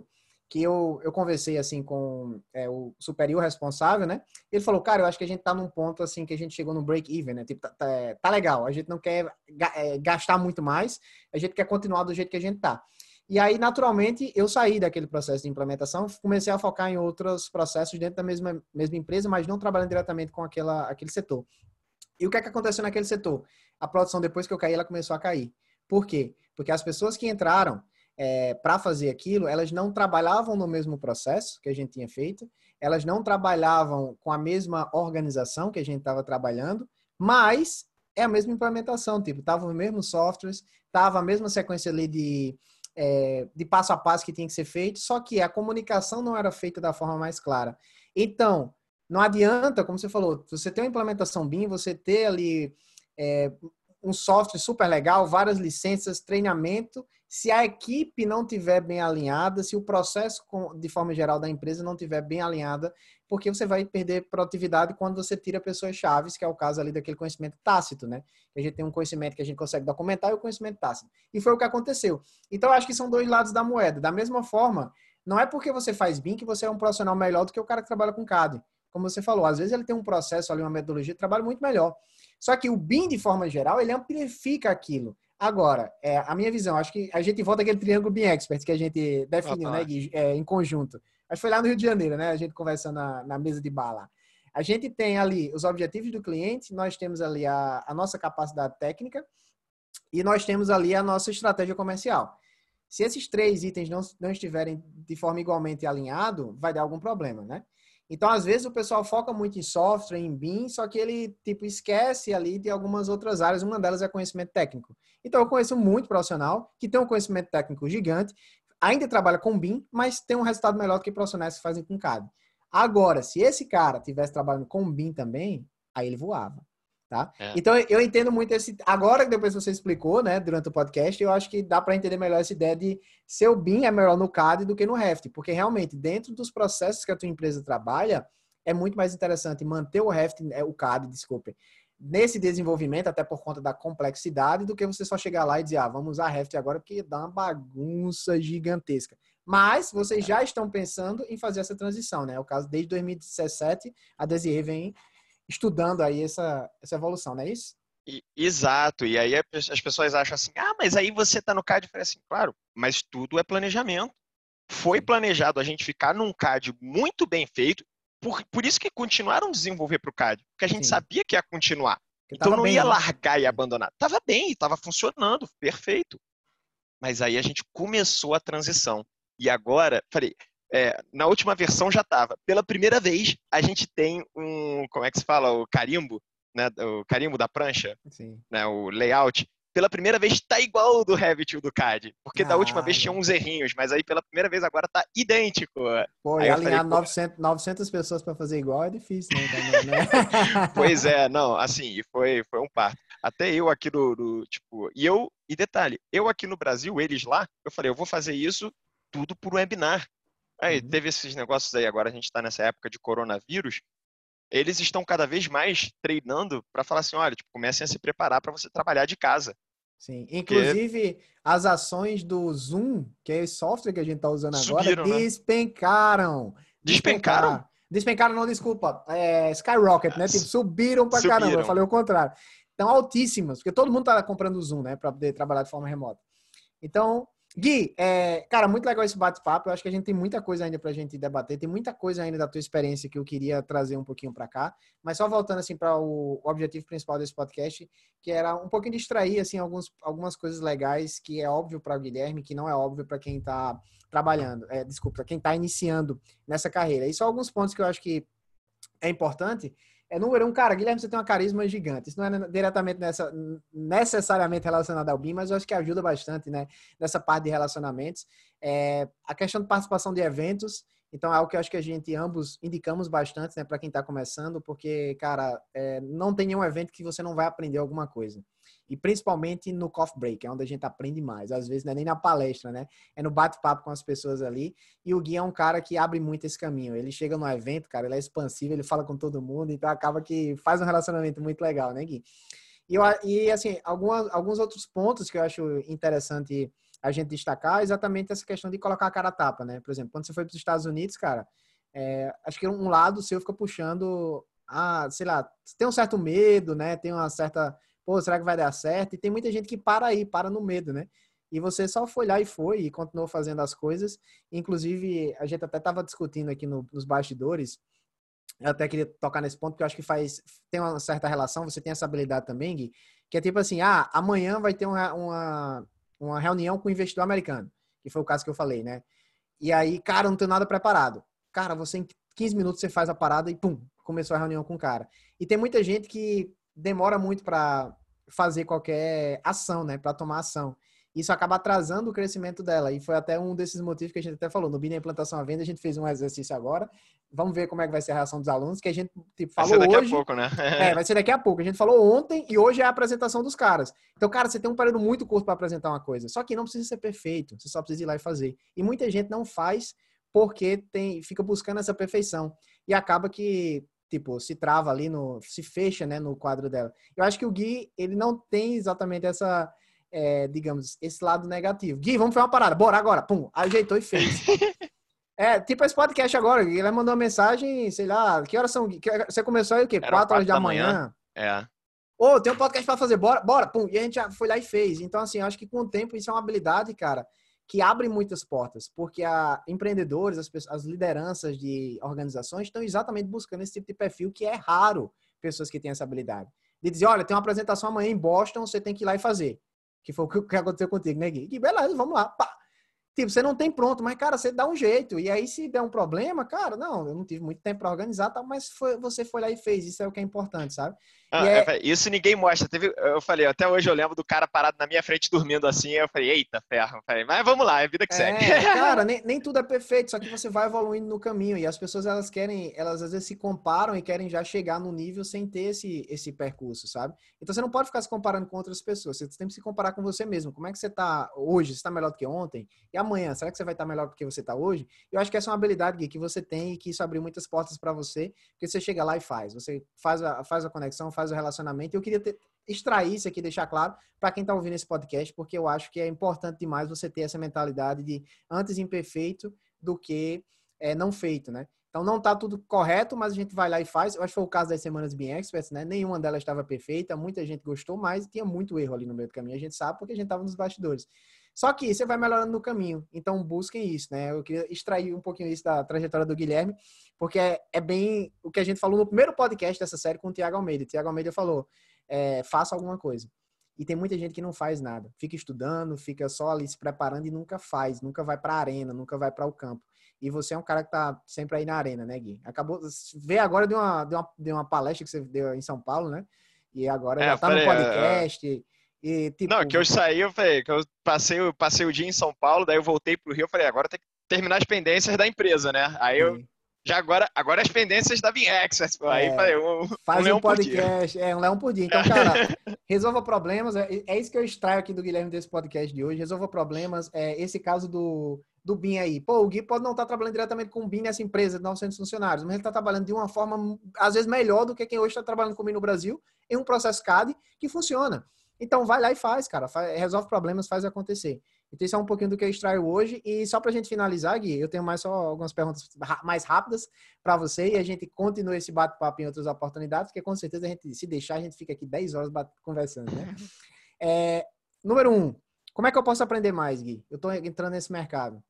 Speaker 1: que eu, eu conversei, assim, com é, o superior responsável, né? Ele falou, cara, eu acho que a gente tá num ponto, assim, que a gente chegou no break-even, né? Tipo, tá, tá, tá legal, a gente não quer é, gastar muito mais, a gente quer continuar do jeito que a gente tá. E aí, naturalmente, eu saí daquele processo de implementação, comecei a focar em outros processos dentro da mesma, mesma empresa, mas não trabalhando diretamente com aquela, aquele setor. E o que é que aconteceu naquele setor? A produção, depois que eu caí, ela começou a cair. Por quê? Porque as pessoas que entraram é, para fazer aquilo, elas não trabalhavam no mesmo processo que a gente tinha feito, elas não trabalhavam com a mesma organização que a gente estava trabalhando, mas é a mesma implementação, tipo, estavam os mesmos softwares, estava a mesma sequência ali de, é, de passo a passo que tinha que ser feito, só que a comunicação não era feita da forma mais clara. Então, não adianta, como você falou, você ter uma implementação B I M, você ter ali é, um software super legal, várias licenças, treinamento, se a equipe não tiver bem alinhada, se o processo de forma geral da empresa não tiver bem alinhada, porque você vai perder produtividade quando você tira pessoas chaves, que é o caso ali daquele conhecimento tácito, né? A gente tem um conhecimento que a gente consegue documentar e o conhecimento tácito. E foi o que aconteceu. Então, eu acho que são dois lados da moeda. Da mesma forma, não é porque você faz B I M que você é um profissional melhor do que o cara que trabalha com C A D. Como você falou, às vezes ele tem um processo ali, uma metodologia de trabalho muito melhor. Só que o B I M, de forma geral, ele amplifica aquilo. Agora, é, a minha visão, acho que a gente volta àquele triângulo B I M Expert que a gente definiu, né, Gui, é, em conjunto. Acho que foi lá no Rio de Janeiro, né, a gente conversando na, na mesa de bar lá. A gente tem ali os objetivos do cliente, nós temos ali a, a nossa capacidade técnica e nós temos ali a nossa estratégia comercial. Se esses três itens não, não estiverem de forma igualmente alinhado, vai dar algum problema, né? Então, às vezes, o pessoal foca muito em software, em B I M, só que ele, tipo, esquece ali de algumas outras áreas. Uma delas é conhecimento técnico. Então, eu conheço muito profissional que tem um conhecimento técnico gigante, ainda trabalha com B I M, mas tem um resultado melhor do que profissionais que fazem com C A D. Agora, se esse cara tivesse trabalhando com B I M também, aí ele voava. Tá?
Speaker 2: É.
Speaker 1: Então, eu entendo muito esse... Agora que depois você explicou, né, durante o podcast, eu acho que dá para entender melhor essa ideia de ser o B I M é melhor no C A D do que no Revit, porque realmente, dentro dos processos que a tua empresa trabalha, é muito mais interessante manter o Revit, o C A D, desculpe, nesse desenvolvimento, até por conta da complexidade, do que você só chegar lá e dizer, ah, vamos usar Revit agora, porque dá uma bagunça gigantesca. Mas vocês já estão pensando em fazer essa transição, né? O caso, desde dois mil e dezessete, a Desirê vem estudando aí essa, essa evolução, não é isso?
Speaker 2: E, exato, e aí as pessoas acham assim, ah, mas aí você tá no C A D, eu falei assim, claro, mas tudo é planejamento. Foi planejado a gente ficar num C A D muito bem feito, por, por isso que continuaram a desenvolver para o C A D, porque a gente Sim. sabia que ia continuar. Porque então não bem, ia largar né? e abandonar. Tava bem, tava funcionando, perfeito. Mas aí a gente começou a transição. E agora, falei, é, na última versão já estava. Pela primeira vez, a gente tem um, como é que se fala? O carimbo, né? O carimbo da prancha,
Speaker 1: Sim.
Speaker 2: Né? O layout. Pela primeira vez está igual o do Revit e o do C A D. Porque ah, da última vez tinha uns errinhos, mas aí pela primeira vez agora está idêntico.
Speaker 1: Pô,
Speaker 2: aí
Speaker 1: e alinhar falei, novecentas, novecentas pessoas para fazer igual é difícil, né? Então, né?
Speaker 2: Pois é, não, assim, foi, foi um parto. Até eu aqui do, do, tipo, e eu, e detalhe, eu aqui no Brasil, eles lá, eu falei, eu vou fazer isso tudo por webinar. Aí uhum. teve esses negócios aí, agora a gente está nessa época de coronavírus, eles estão cada vez mais treinando para falar assim, olha, tipo, comecem a se preparar para você trabalhar de casa.
Speaker 1: Sim, inclusive Porque... as ações do Zoom, que é esse software que a gente está usando
Speaker 2: Subiram,
Speaker 1: agora, despencaram.
Speaker 2: Né? Despencaram?
Speaker 1: Despencaram, despencaram não, desculpa. É, skyrocket, né? Tipo, subiram para caramba. Eu falei o contrário. Então, altíssimas, porque todo mundo está comprando o Zoom, né? Para poder trabalhar de forma remota. Então, Gui, é, cara, muito legal esse bate-papo. Eu acho que a gente tem muita coisa ainda pra gente debater. Tem muita coisa ainda da tua experiência que eu queria trazer um pouquinho para cá. Mas só voltando assim para o, o objetivo principal desse podcast, que era um pouquinho distrair assim alguns, algumas coisas legais que é óbvio para o Guilherme, que não é óbvio para quem está trabalhando. É, desculpa, para quem está iniciando nessa carreira. E só alguns pontos que eu acho que é importante. É, número um, cara, Guilherme, você tem uma carisma gigante. Isso não é diretamente nessa, necessariamente relacionado ao B I M, mas eu acho que ajuda bastante, né? Nessa parte de relacionamentos. É, a questão de participação de eventos. Então, é algo que eu acho que a gente ambos indicamos bastante, né? Para quem está começando, porque, cara, é, não tem nenhum evento que você não vai aprender alguma coisa. E principalmente no coffee break, é onde a gente aprende mais. Às vezes não é nem na palestra, né? É no bate-papo com as pessoas ali. E o Gui é um cara que abre muito esse caminho. Ele chega no evento, cara, ele é expansivo, ele fala com todo mundo, então acaba que faz um relacionamento muito legal, né, Gui? E, eu, e assim, algumas, alguns outros pontos que eu acho interessante a gente destacar é exatamente essa questão de colocar a cara a tapa, né? Por exemplo, quando você foi para os Estados Unidos, cara, é, acho que um lado seu fica puxando, ah, sei lá, tem um certo medo, né? Tem uma certa, pô, será que vai dar certo? E tem muita gente que para aí, para no medo, né? E você só foi lá e foi e continuou fazendo as coisas. Inclusive, a gente até estava discutindo aqui no, nos bastidores. Eu até queria tocar nesse ponto, porque eu acho que faz, tem uma certa relação. Você tem essa habilidade também, Gui, que é tipo assim, ah, amanhã vai ter uma, uma, uma reunião com o investidor americano, que foi o caso que eu falei, né? E aí, cara, eu não tenho nada preparado. Cara, você em quinze minutos você faz a parada e pum, começou a reunião com o cara. E tem muita gente que demora muito para fazer qualquer ação, né? Para tomar ação. Isso acaba atrasando o crescimento dela. E foi até um desses motivos que a gente até falou. No Bina Implantação à Venda, a gente fez um exercício agora. Vamos ver como é que vai ser a reação dos alunos, que a gente tipo,
Speaker 2: Vai
Speaker 1: falou
Speaker 2: ser daqui
Speaker 1: hoje.
Speaker 2: a pouco, né?
Speaker 1: É, vai ser daqui a pouco. A gente falou ontem e hoje é a apresentação dos caras. Então, cara, você tem um período muito curto para apresentar uma coisa. Só que não precisa ser perfeito. Você só precisa ir lá e fazer. E muita gente não faz porque tem, fica buscando essa perfeição. E acaba que, tipo, se trava ali, no, se fecha, né, no quadro dela. Eu acho que o Gui, ele não tem exatamente essa, é, digamos, esse lado negativo. Gui, vamos fazer uma parada. Bora agora. Pum, ajeitou e fez. É, tipo esse podcast agora, ele mandou uma mensagem, sei lá, que horas são? Que, você começou aí o quê?
Speaker 2: Eram
Speaker 1: Quatro horas
Speaker 2: quatro
Speaker 1: da
Speaker 2: da manhã.
Speaker 1: manhã?
Speaker 2: É.
Speaker 1: Ô, oh, tem um podcast pra fazer, bora, bora, pum. E a gente já foi lá e fez. Então, assim, eu acho que com o tempo isso é uma habilidade, cara, que abre muitas portas, porque a empreendedores, as, as lideranças de organizações estão exatamente buscando esse tipo de perfil que é raro, pessoas que têm essa habilidade. De dizer, olha, tem uma apresentação amanhã em Boston, você tem que ir lá e fazer. Que foi o que aconteceu contigo, né, Gui? Gui, beleza, vamos lá, pá. Tipo, você não tem pronto, mas, cara, você dá um jeito. E aí, se der um problema, cara, não, eu não tive muito tempo para organizar, tá, mas foi, você foi lá e fez. Isso é o que é importante, sabe? E
Speaker 2: Ah,
Speaker 1: é,
Speaker 2: é, isso ninguém mostra. Teve, eu falei, até hoje eu lembro do cara parado na minha frente dormindo assim. Eu falei, eita, ferro. Eu falei, mas vamos lá, é a vida que segue.
Speaker 1: É, cara, nem, nem tudo é perfeito, só que você vai evoluindo no caminho e as pessoas elas querem, elas às vezes se comparam e querem já chegar no nível sem ter esse, esse percurso, sabe? Então você não pode ficar se comparando com outras pessoas, você tem que se comparar com você mesmo. Como é que você tá hoje? Você tá melhor do que ontem? E amanhã, será que você vai estar melhor do que você tá hoje? Eu acho que essa é uma habilidade, Gui, que você tem e que isso abriu muitas portas para você, porque você chega lá e faz, você faz a, faz a conexão, faz o relacionamento. Eu queria ter, extrair isso aqui, deixar claro para quem está ouvindo esse podcast, porque eu acho que é importante demais você ter essa mentalidade de antes imperfeito do que é, não feito, né? Então não está tudo correto, mas a gente vai lá e faz. Eu acho que foi o caso das semanas Bean Experts, né? Nenhuma delas estava perfeita, muita gente gostou, mas tinha muito erro ali no meio do caminho. A gente sabe porque a gente estava nos bastidores. Só que você vai melhorando no caminho, então busquem isso, né? Eu queria extrair um pouquinho isso da trajetória do Guilherme, porque é, é bem o que a gente falou no primeiro podcast dessa série com o Thiago Almeida. O Thiago Almeida falou, é, faça alguma coisa. E tem muita gente que não faz nada. Fica estudando, fica só ali se preparando e nunca faz, nunca vai para a arena, nunca vai para o campo. E você é um cara que tá sempre aí na arena, né, Gui? Acabou, vê agora de uma, de uma, de uma palestra que você deu em São Paulo, né? E agora
Speaker 2: É,
Speaker 1: já
Speaker 2: eu
Speaker 1: tá no
Speaker 2: falei, é,
Speaker 1: podcast. E, tipo,
Speaker 2: não, que eu saí, eu falei, que eu passei, eu passei o dia em São Paulo, daí eu voltei pro Rio, eu falei, agora tem que terminar as pendências da empresa, né? Aí eu,
Speaker 1: sim.
Speaker 2: já agora, agora as pendências da Vinexpress, pô. Aí falei, um, um
Speaker 1: Faz um
Speaker 2: leão por dia.
Speaker 1: podcast, é um leão por dia. Então, cara, resolva problemas. É, é isso que eu extraio aqui do Guilherme desse podcast de hoje. Resolva problemas. É esse caso do, do B I M aí. Pô, o Gui pode não estar trabalhando diretamente com o B I M nessa empresa de novecentos funcionários, mas ele está trabalhando de uma forma, às vezes, melhor do que quem hoje está trabalhando comigo no Brasil, em um processo C A D que funciona. Então, vai lá e faz, cara. Faz, resolve problemas, faz acontecer. Então, isso é um pouquinho do que eu extraio hoje. E só para a gente finalizar, Gui, eu tenho mais só algumas perguntas mais rápidas para você e a gente continua esse bate-papo em outras oportunidades, porque com certeza a gente, se deixar, a gente fica aqui dez horas conversando, né? É, número um, como é que eu posso aprender mais, Gui? Eu estou entrando nesse mercado.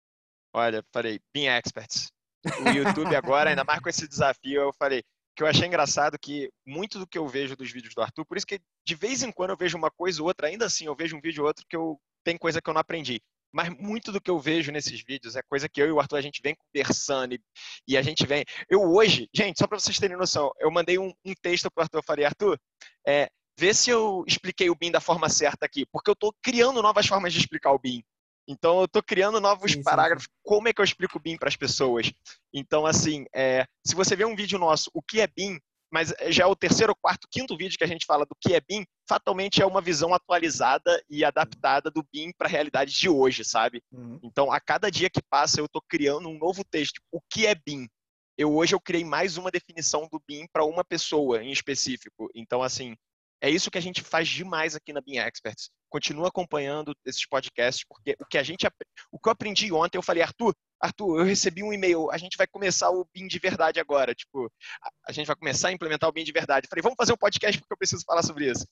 Speaker 2: Olha, falei, Bean Experts. O YouTube agora, ainda mais com esse desafio, eu falei que eu achei engraçado que muito do que eu vejo dos vídeos do Arthur, por isso que de vez em quando eu vejo uma coisa ou outra, ainda assim eu vejo um vídeo ou outro que eu tem coisa que eu não aprendi. Mas muito do que eu vejo nesses vídeos é coisa que eu e o Arthur, a gente vem conversando e, e a gente vem... Eu hoje, gente, só para vocês terem noção, eu mandei um, um texto para o Arthur, eu falei, Arthur, é, vê se eu expliquei o B I M da forma certa aqui, porque eu estou criando novas formas de explicar o B I M. Então, eu estou criando novos
Speaker 1: Sim, sim,
Speaker 2: parágrafos,
Speaker 1: sim.
Speaker 2: como é que eu explico o B I M para as pessoas. Então, assim, é, se você vê um vídeo nosso, o que é B I M, mas já é o terceiro, quarto, quinto vídeo que a gente fala do que é B I M, fatalmente é uma visão atualizada e adaptada do B I M para a realidade de hoje, sabe?
Speaker 1: Uhum.
Speaker 2: Então, a cada dia que passa, eu estou criando um novo texto. O que é B I M? Eu, hoje eu criei mais uma definição do B I M para uma pessoa em específico. Então, assim, é isso que a gente faz demais aqui na Bean Experts. Continua acompanhando esses podcasts, porque o que a gente, o que eu aprendi ontem, eu falei, Arthur, Arthur, eu recebi um e-mail, a gente vai começar o Bean de verdade agora, tipo, a, a gente vai começar a implementar o Bean de verdade. Eu falei, vamos fazer um podcast porque eu preciso falar sobre isso.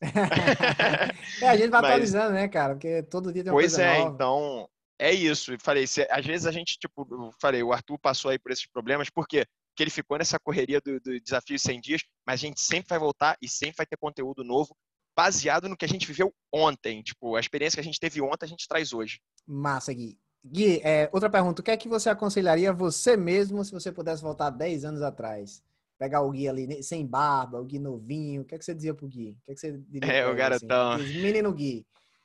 Speaker 1: É, a gente vai
Speaker 2: Mas,
Speaker 1: atualizando, né, cara? Porque todo dia tem uma
Speaker 2: pois
Speaker 1: coisa
Speaker 2: é,
Speaker 1: nova.
Speaker 2: então, é isso. Eu falei, se, às vezes a gente, tipo, eu falei, o Arthur passou aí por esses problemas, por quê? Porque ele ficou nessa correria do, do desafio cem dias, mas a gente sempre vai voltar e sempre vai ter conteúdo novo, baseado no que a gente viveu ontem. Tipo, a experiência que a gente teve ontem, a gente traz hoje.
Speaker 1: Massa, Gui. Gui, é, outra pergunta. O que é que você aconselharia você mesmo se você pudesse voltar dez anos atrás? Pegar o Gui ali sem barba, o Gui novinho. O que é que você dizia pro Gui? O que é que você diria
Speaker 2: É,
Speaker 1: pra
Speaker 2: o
Speaker 1: ele assim?
Speaker 2: garotão.
Speaker 1: Diz, menino Gui.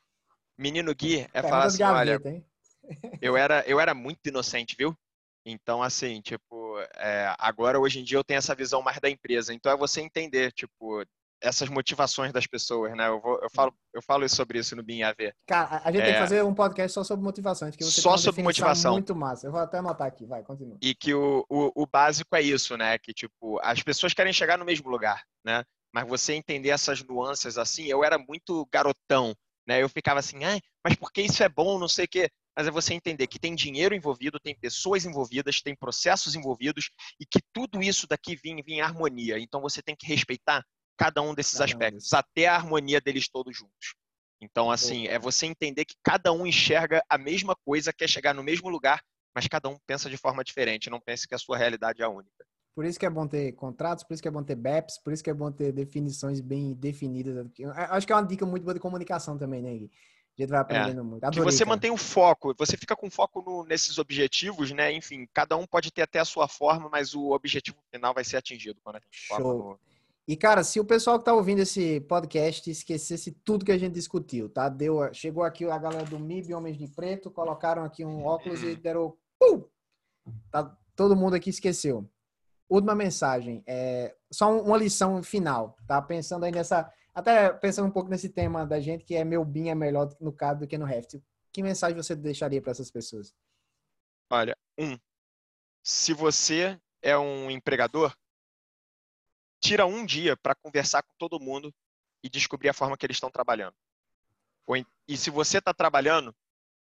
Speaker 2: Menino Gui é falar
Speaker 1: Pergunta de
Speaker 2: assim, olha,
Speaker 1: gaveta, hein?
Speaker 2: eu era, eu era muito inocente, viu? Então, assim, tipo, é, agora, hoje em dia, eu tenho essa visão mais da empresa. Então, é você entender, tipo, essas motivações das pessoas, né? Eu, vou, eu, falo, eu falo sobre isso no Binha A V.
Speaker 1: Cara, a gente tem que
Speaker 2: É,
Speaker 1: fazer um podcast só sobre motivações, que você tem
Speaker 2: só
Speaker 1: uma
Speaker 2: sobre
Speaker 1: definição
Speaker 2: motivação.
Speaker 1: muito massa. Eu vou até anotar aqui, vai, continua.
Speaker 2: E que o, o, o básico é isso, né? Que, tipo, as pessoas querem chegar no mesmo lugar, né? Mas você entender essas nuances, assim, eu era muito garotão, né? Eu ficava assim, ah, mas por que isso é bom, não sei o quê. Mas é você entender que tem dinheiro envolvido, tem pessoas envolvidas, tem processos envolvidos e que tudo isso daqui vinha, vinha em harmonia. Então você tem que respeitar cada um desses
Speaker 1: Cada um
Speaker 2: aspectos,
Speaker 1: desses.
Speaker 2: até a harmonia deles todos juntos. Então, assim, é
Speaker 1: Boa.
Speaker 2: você entender que cada um enxerga a mesma coisa, quer chegar no mesmo lugar, mas cada um pensa de forma diferente, não pense que a sua realidade é a única.
Speaker 1: Por isso que é bom ter contratos, por isso que é bom ter B E Ps, por isso que é bom ter definições bem definidas. Eu acho que é uma dica muito boa de comunicação também, né, Gui? A gente vai
Speaker 2: É.
Speaker 1: aprendendo muito.
Speaker 2: Que
Speaker 1: Adorei,
Speaker 2: você
Speaker 1: cara.
Speaker 2: mantém o foco, você fica com foco no, nesses objetivos, né? Enfim, cada um pode ter até a sua forma, mas o objetivo final vai ser atingido quando a gente foca
Speaker 1: Show.
Speaker 2: no.
Speaker 1: E, cara, se o pessoal que tá ouvindo esse podcast esquecesse tudo que a gente discutiu, tá? Deu, chegou aqui a galera do M I B Homens de Preto, colocaram aqui um óculos e deram... Pum! Tá, todo mundo aqui esqueceu. Última mensagem. É, só uma lição final, tá? Pensando aí nessa... Até pensando um pouco nesse tema da gente, que é meu B I M é melhor no C A D do que no Revit. Que mensagem você deixaria para essas pessoas?
Speaker 2: Olha, um, se você é um empregador, tira um dia para conversar com todo mundo e descobrir a forma que eles estão trabalhando. E se você está trabalhando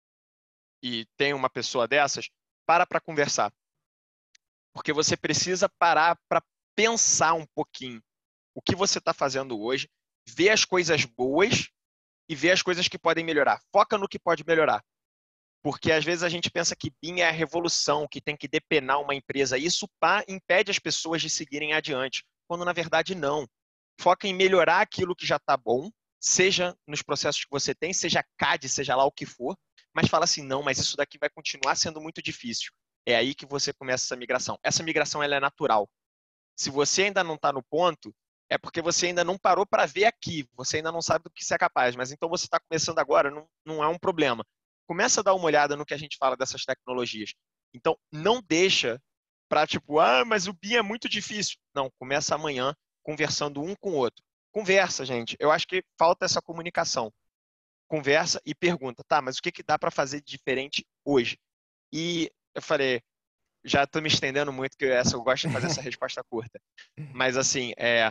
Speaker 2: e tem uma pessoa dessas, para para conversar. Porque você precisa parar para pensar um pouquinho o que você está fazendo hoje, ver as coisas boas e ver as coisas que podem melhorar. Foca no que pode melhorar. Porque às vezes a gente pensa que B I M é a revolução, que tem que depenar uma empresa. Isso impede as pessoas de seguirem adiante, quando na verdade não. Foca em melhorar aquilo que já está bom, seja nos processos que você tem, seja C A D, seja lá o que for, mas fala assim, não, mas isso daqui vai continuar sendo muito difícil. É aí que você começa essa migração. Essa migração ela é natural. Se você ainda não está no ponto, é porque você ainda não parou para ver aqui, você ainda não sabe do que você é capaz, mas então você está começando agora, não, não é um problema. Começa a dar uma olhada no que a gente fala dessas tecnologias. Então, não deixa para tipo, ah, mas o B I M é muito difícil. Não, começa amanhã conversando um com o outro. Conversa, gente. Eu acho que falta essa comunicação. Conversa e pergunta, tá, mas o que, que dá para fazer de diferente hoje? E eu falei, já estou me estendendo muito, que essa, eu gosto de fazer essa resposta curta. Mas assim, é,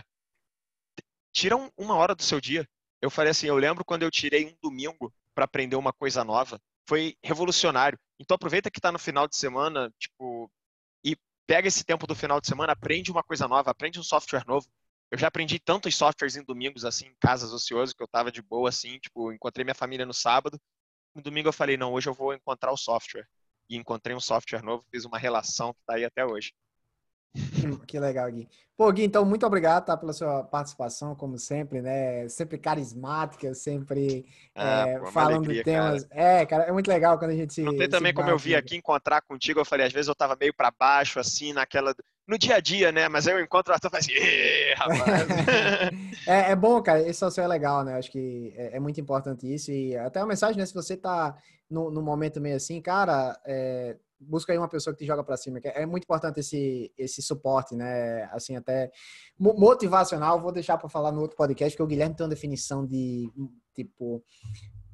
Speaker 2: tira um, uma hora do seu dia. Eu falei assim, eu lembro quando eu tirei um domingo para aprender uma coisa nova. Foi revolucionário. Então aproveita que está no final de semana, tipo, e pega esse tempo do final de semana, aprende uma coisa nova, aprende um software novo. Eu já aprendi tantos softwares em domingos, assim, em casas ociosas, que eu tava de boa, assim, tipo, encontrei minha família no sábado. No domingo eu falei, não, hoje eu vou encontrar o software. E encontrei um software novo, fiz uma relação que tá aí até hoje.
Speaker 1: Que, que legal, Gui. Pô, Gui, então, muito obrigado, tá, pela sua participação, como sempre, né? Sempre carismática, sempre
Speaker 2: Ah,
Speaker 1: é,
Speaker 2: pô, uma
Speaker 1: falando
Speaker 2: alegria, cara.
Speaker 1: temas. É, cara, é muito legal quando a gente
Speaker 2: Não tem
Speaker 1: se, se
Speaker 2: também como eu
Speaker 1: bate,
Speaker 2: vir
Speaker 1: né?
Speaker 2: aqui encontrar contigo, eu falei, às vezes eu tava meio pra baixo, assim, naquela... No dia a dia, né? Mas aí eu encontro o Arthur e falo assim, "Ê, rapaz."
Speaker 1: É, é bom, cara, esse social é legal, né? Acho que é, é muito importante isso. E até uma mensagem, né? Se você tá no, no momento meio assim, cara, é, busca aí uma pessoa que te joga pra cima. Que é, é muito importante esse, esse suporte, né? Assim, até mo- motivacional. Vou deixar pra falar no outro podcast, porque o Guilherme tem uma definição de, tipo,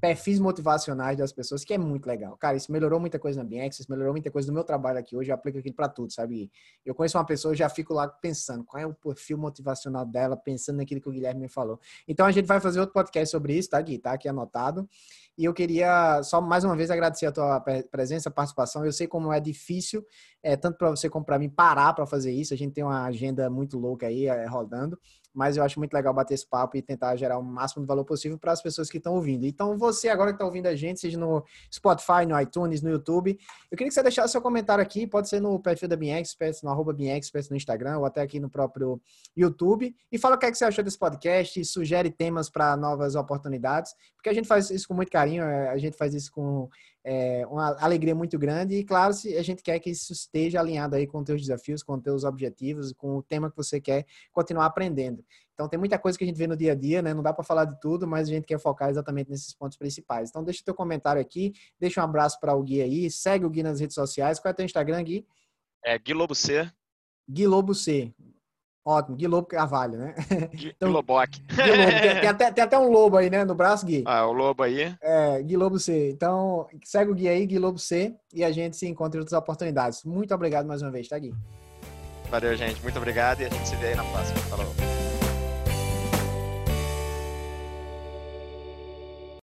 Speaker 1: perfis motivacionais das pessoas, que é muito legal. Cara, isso melhorou muita coisa na BinX, isso melhorou muita coisa no meu trabalho aqui hoje, eu aplico aquilo para tudo, sabe? Eu conheço uma pessoa, eu já fico lá pensando, qual é o perfil motivacional dela, pensando naquilo que o Guilherme me falou. Então, a gente vai fazer outro podcast sobre isso, tá, Gui? Tá aqui anotado. E eu queria só mais uma vez agradecer a tua presença, participação. Eu sei como é difícil, é, tanto para você como para mim, parar para fazer isso. A gente tem uma agenda muito louca aí, é, rodando. Mas eu acho muito legal bater esse papo e tentar gerar o máximo de valor possível para as pessoas que estão ouvindo. Então, você agora que está ouvindo a gente, seja no Spotify, no iTunes, no YouTube, eu queria que você deixasse seu comentário aqui, pode ser no perfil da BinExperts, no arroba BinExperts no Instagram, ou até aqui no próprio YouTube, e fala o que é que você achou desse podcast, sugere temas para novas oportunidades, porque a gente faz isso com muito carinho, a gente faz isso com é, uma alegria muito grande, e claro, se a gente quer que isso esteja alinhado aí com os teus desafios, com os teus objetivos, com o tema que você quer continuar aprendendo. Então, tem muita coisa que a gente vê no dia a dia, né? Não dá para falar de tudo, mas a gente quer focar exatamente nesses pontos principais. Então, deixa o teu comentário aqui, deixa um abraço para o Gui aí, segue o Gui nas redes sociais. Qual é o teu Instagram, Gui?
Speaker 2: É Gui Lobo C.
Speaker 1: Gui Lobo C. Ótimo, Gui Lobo Carvalho, né?
Speaker 2: Gui,
Speaker 1: Então,
Speaker 2: Gui Loboc.
Speaker 1: Gui Lobo. Tem, tem, até, tem até um lobo aí, né? No braço, Gui.
Speaker 2: Ah, o lobo aí.
Speaker 1: É, Gui Lobo C. Então, segue o Gui aí, Gui Lobo C, e a gente se encontra em outras oportunidades. Muito obrigado mais uma vez, tá, Gui?
Speaker 2: Valeu, gente. Muito obrigado e a gente se vê aí na próxima. Falou.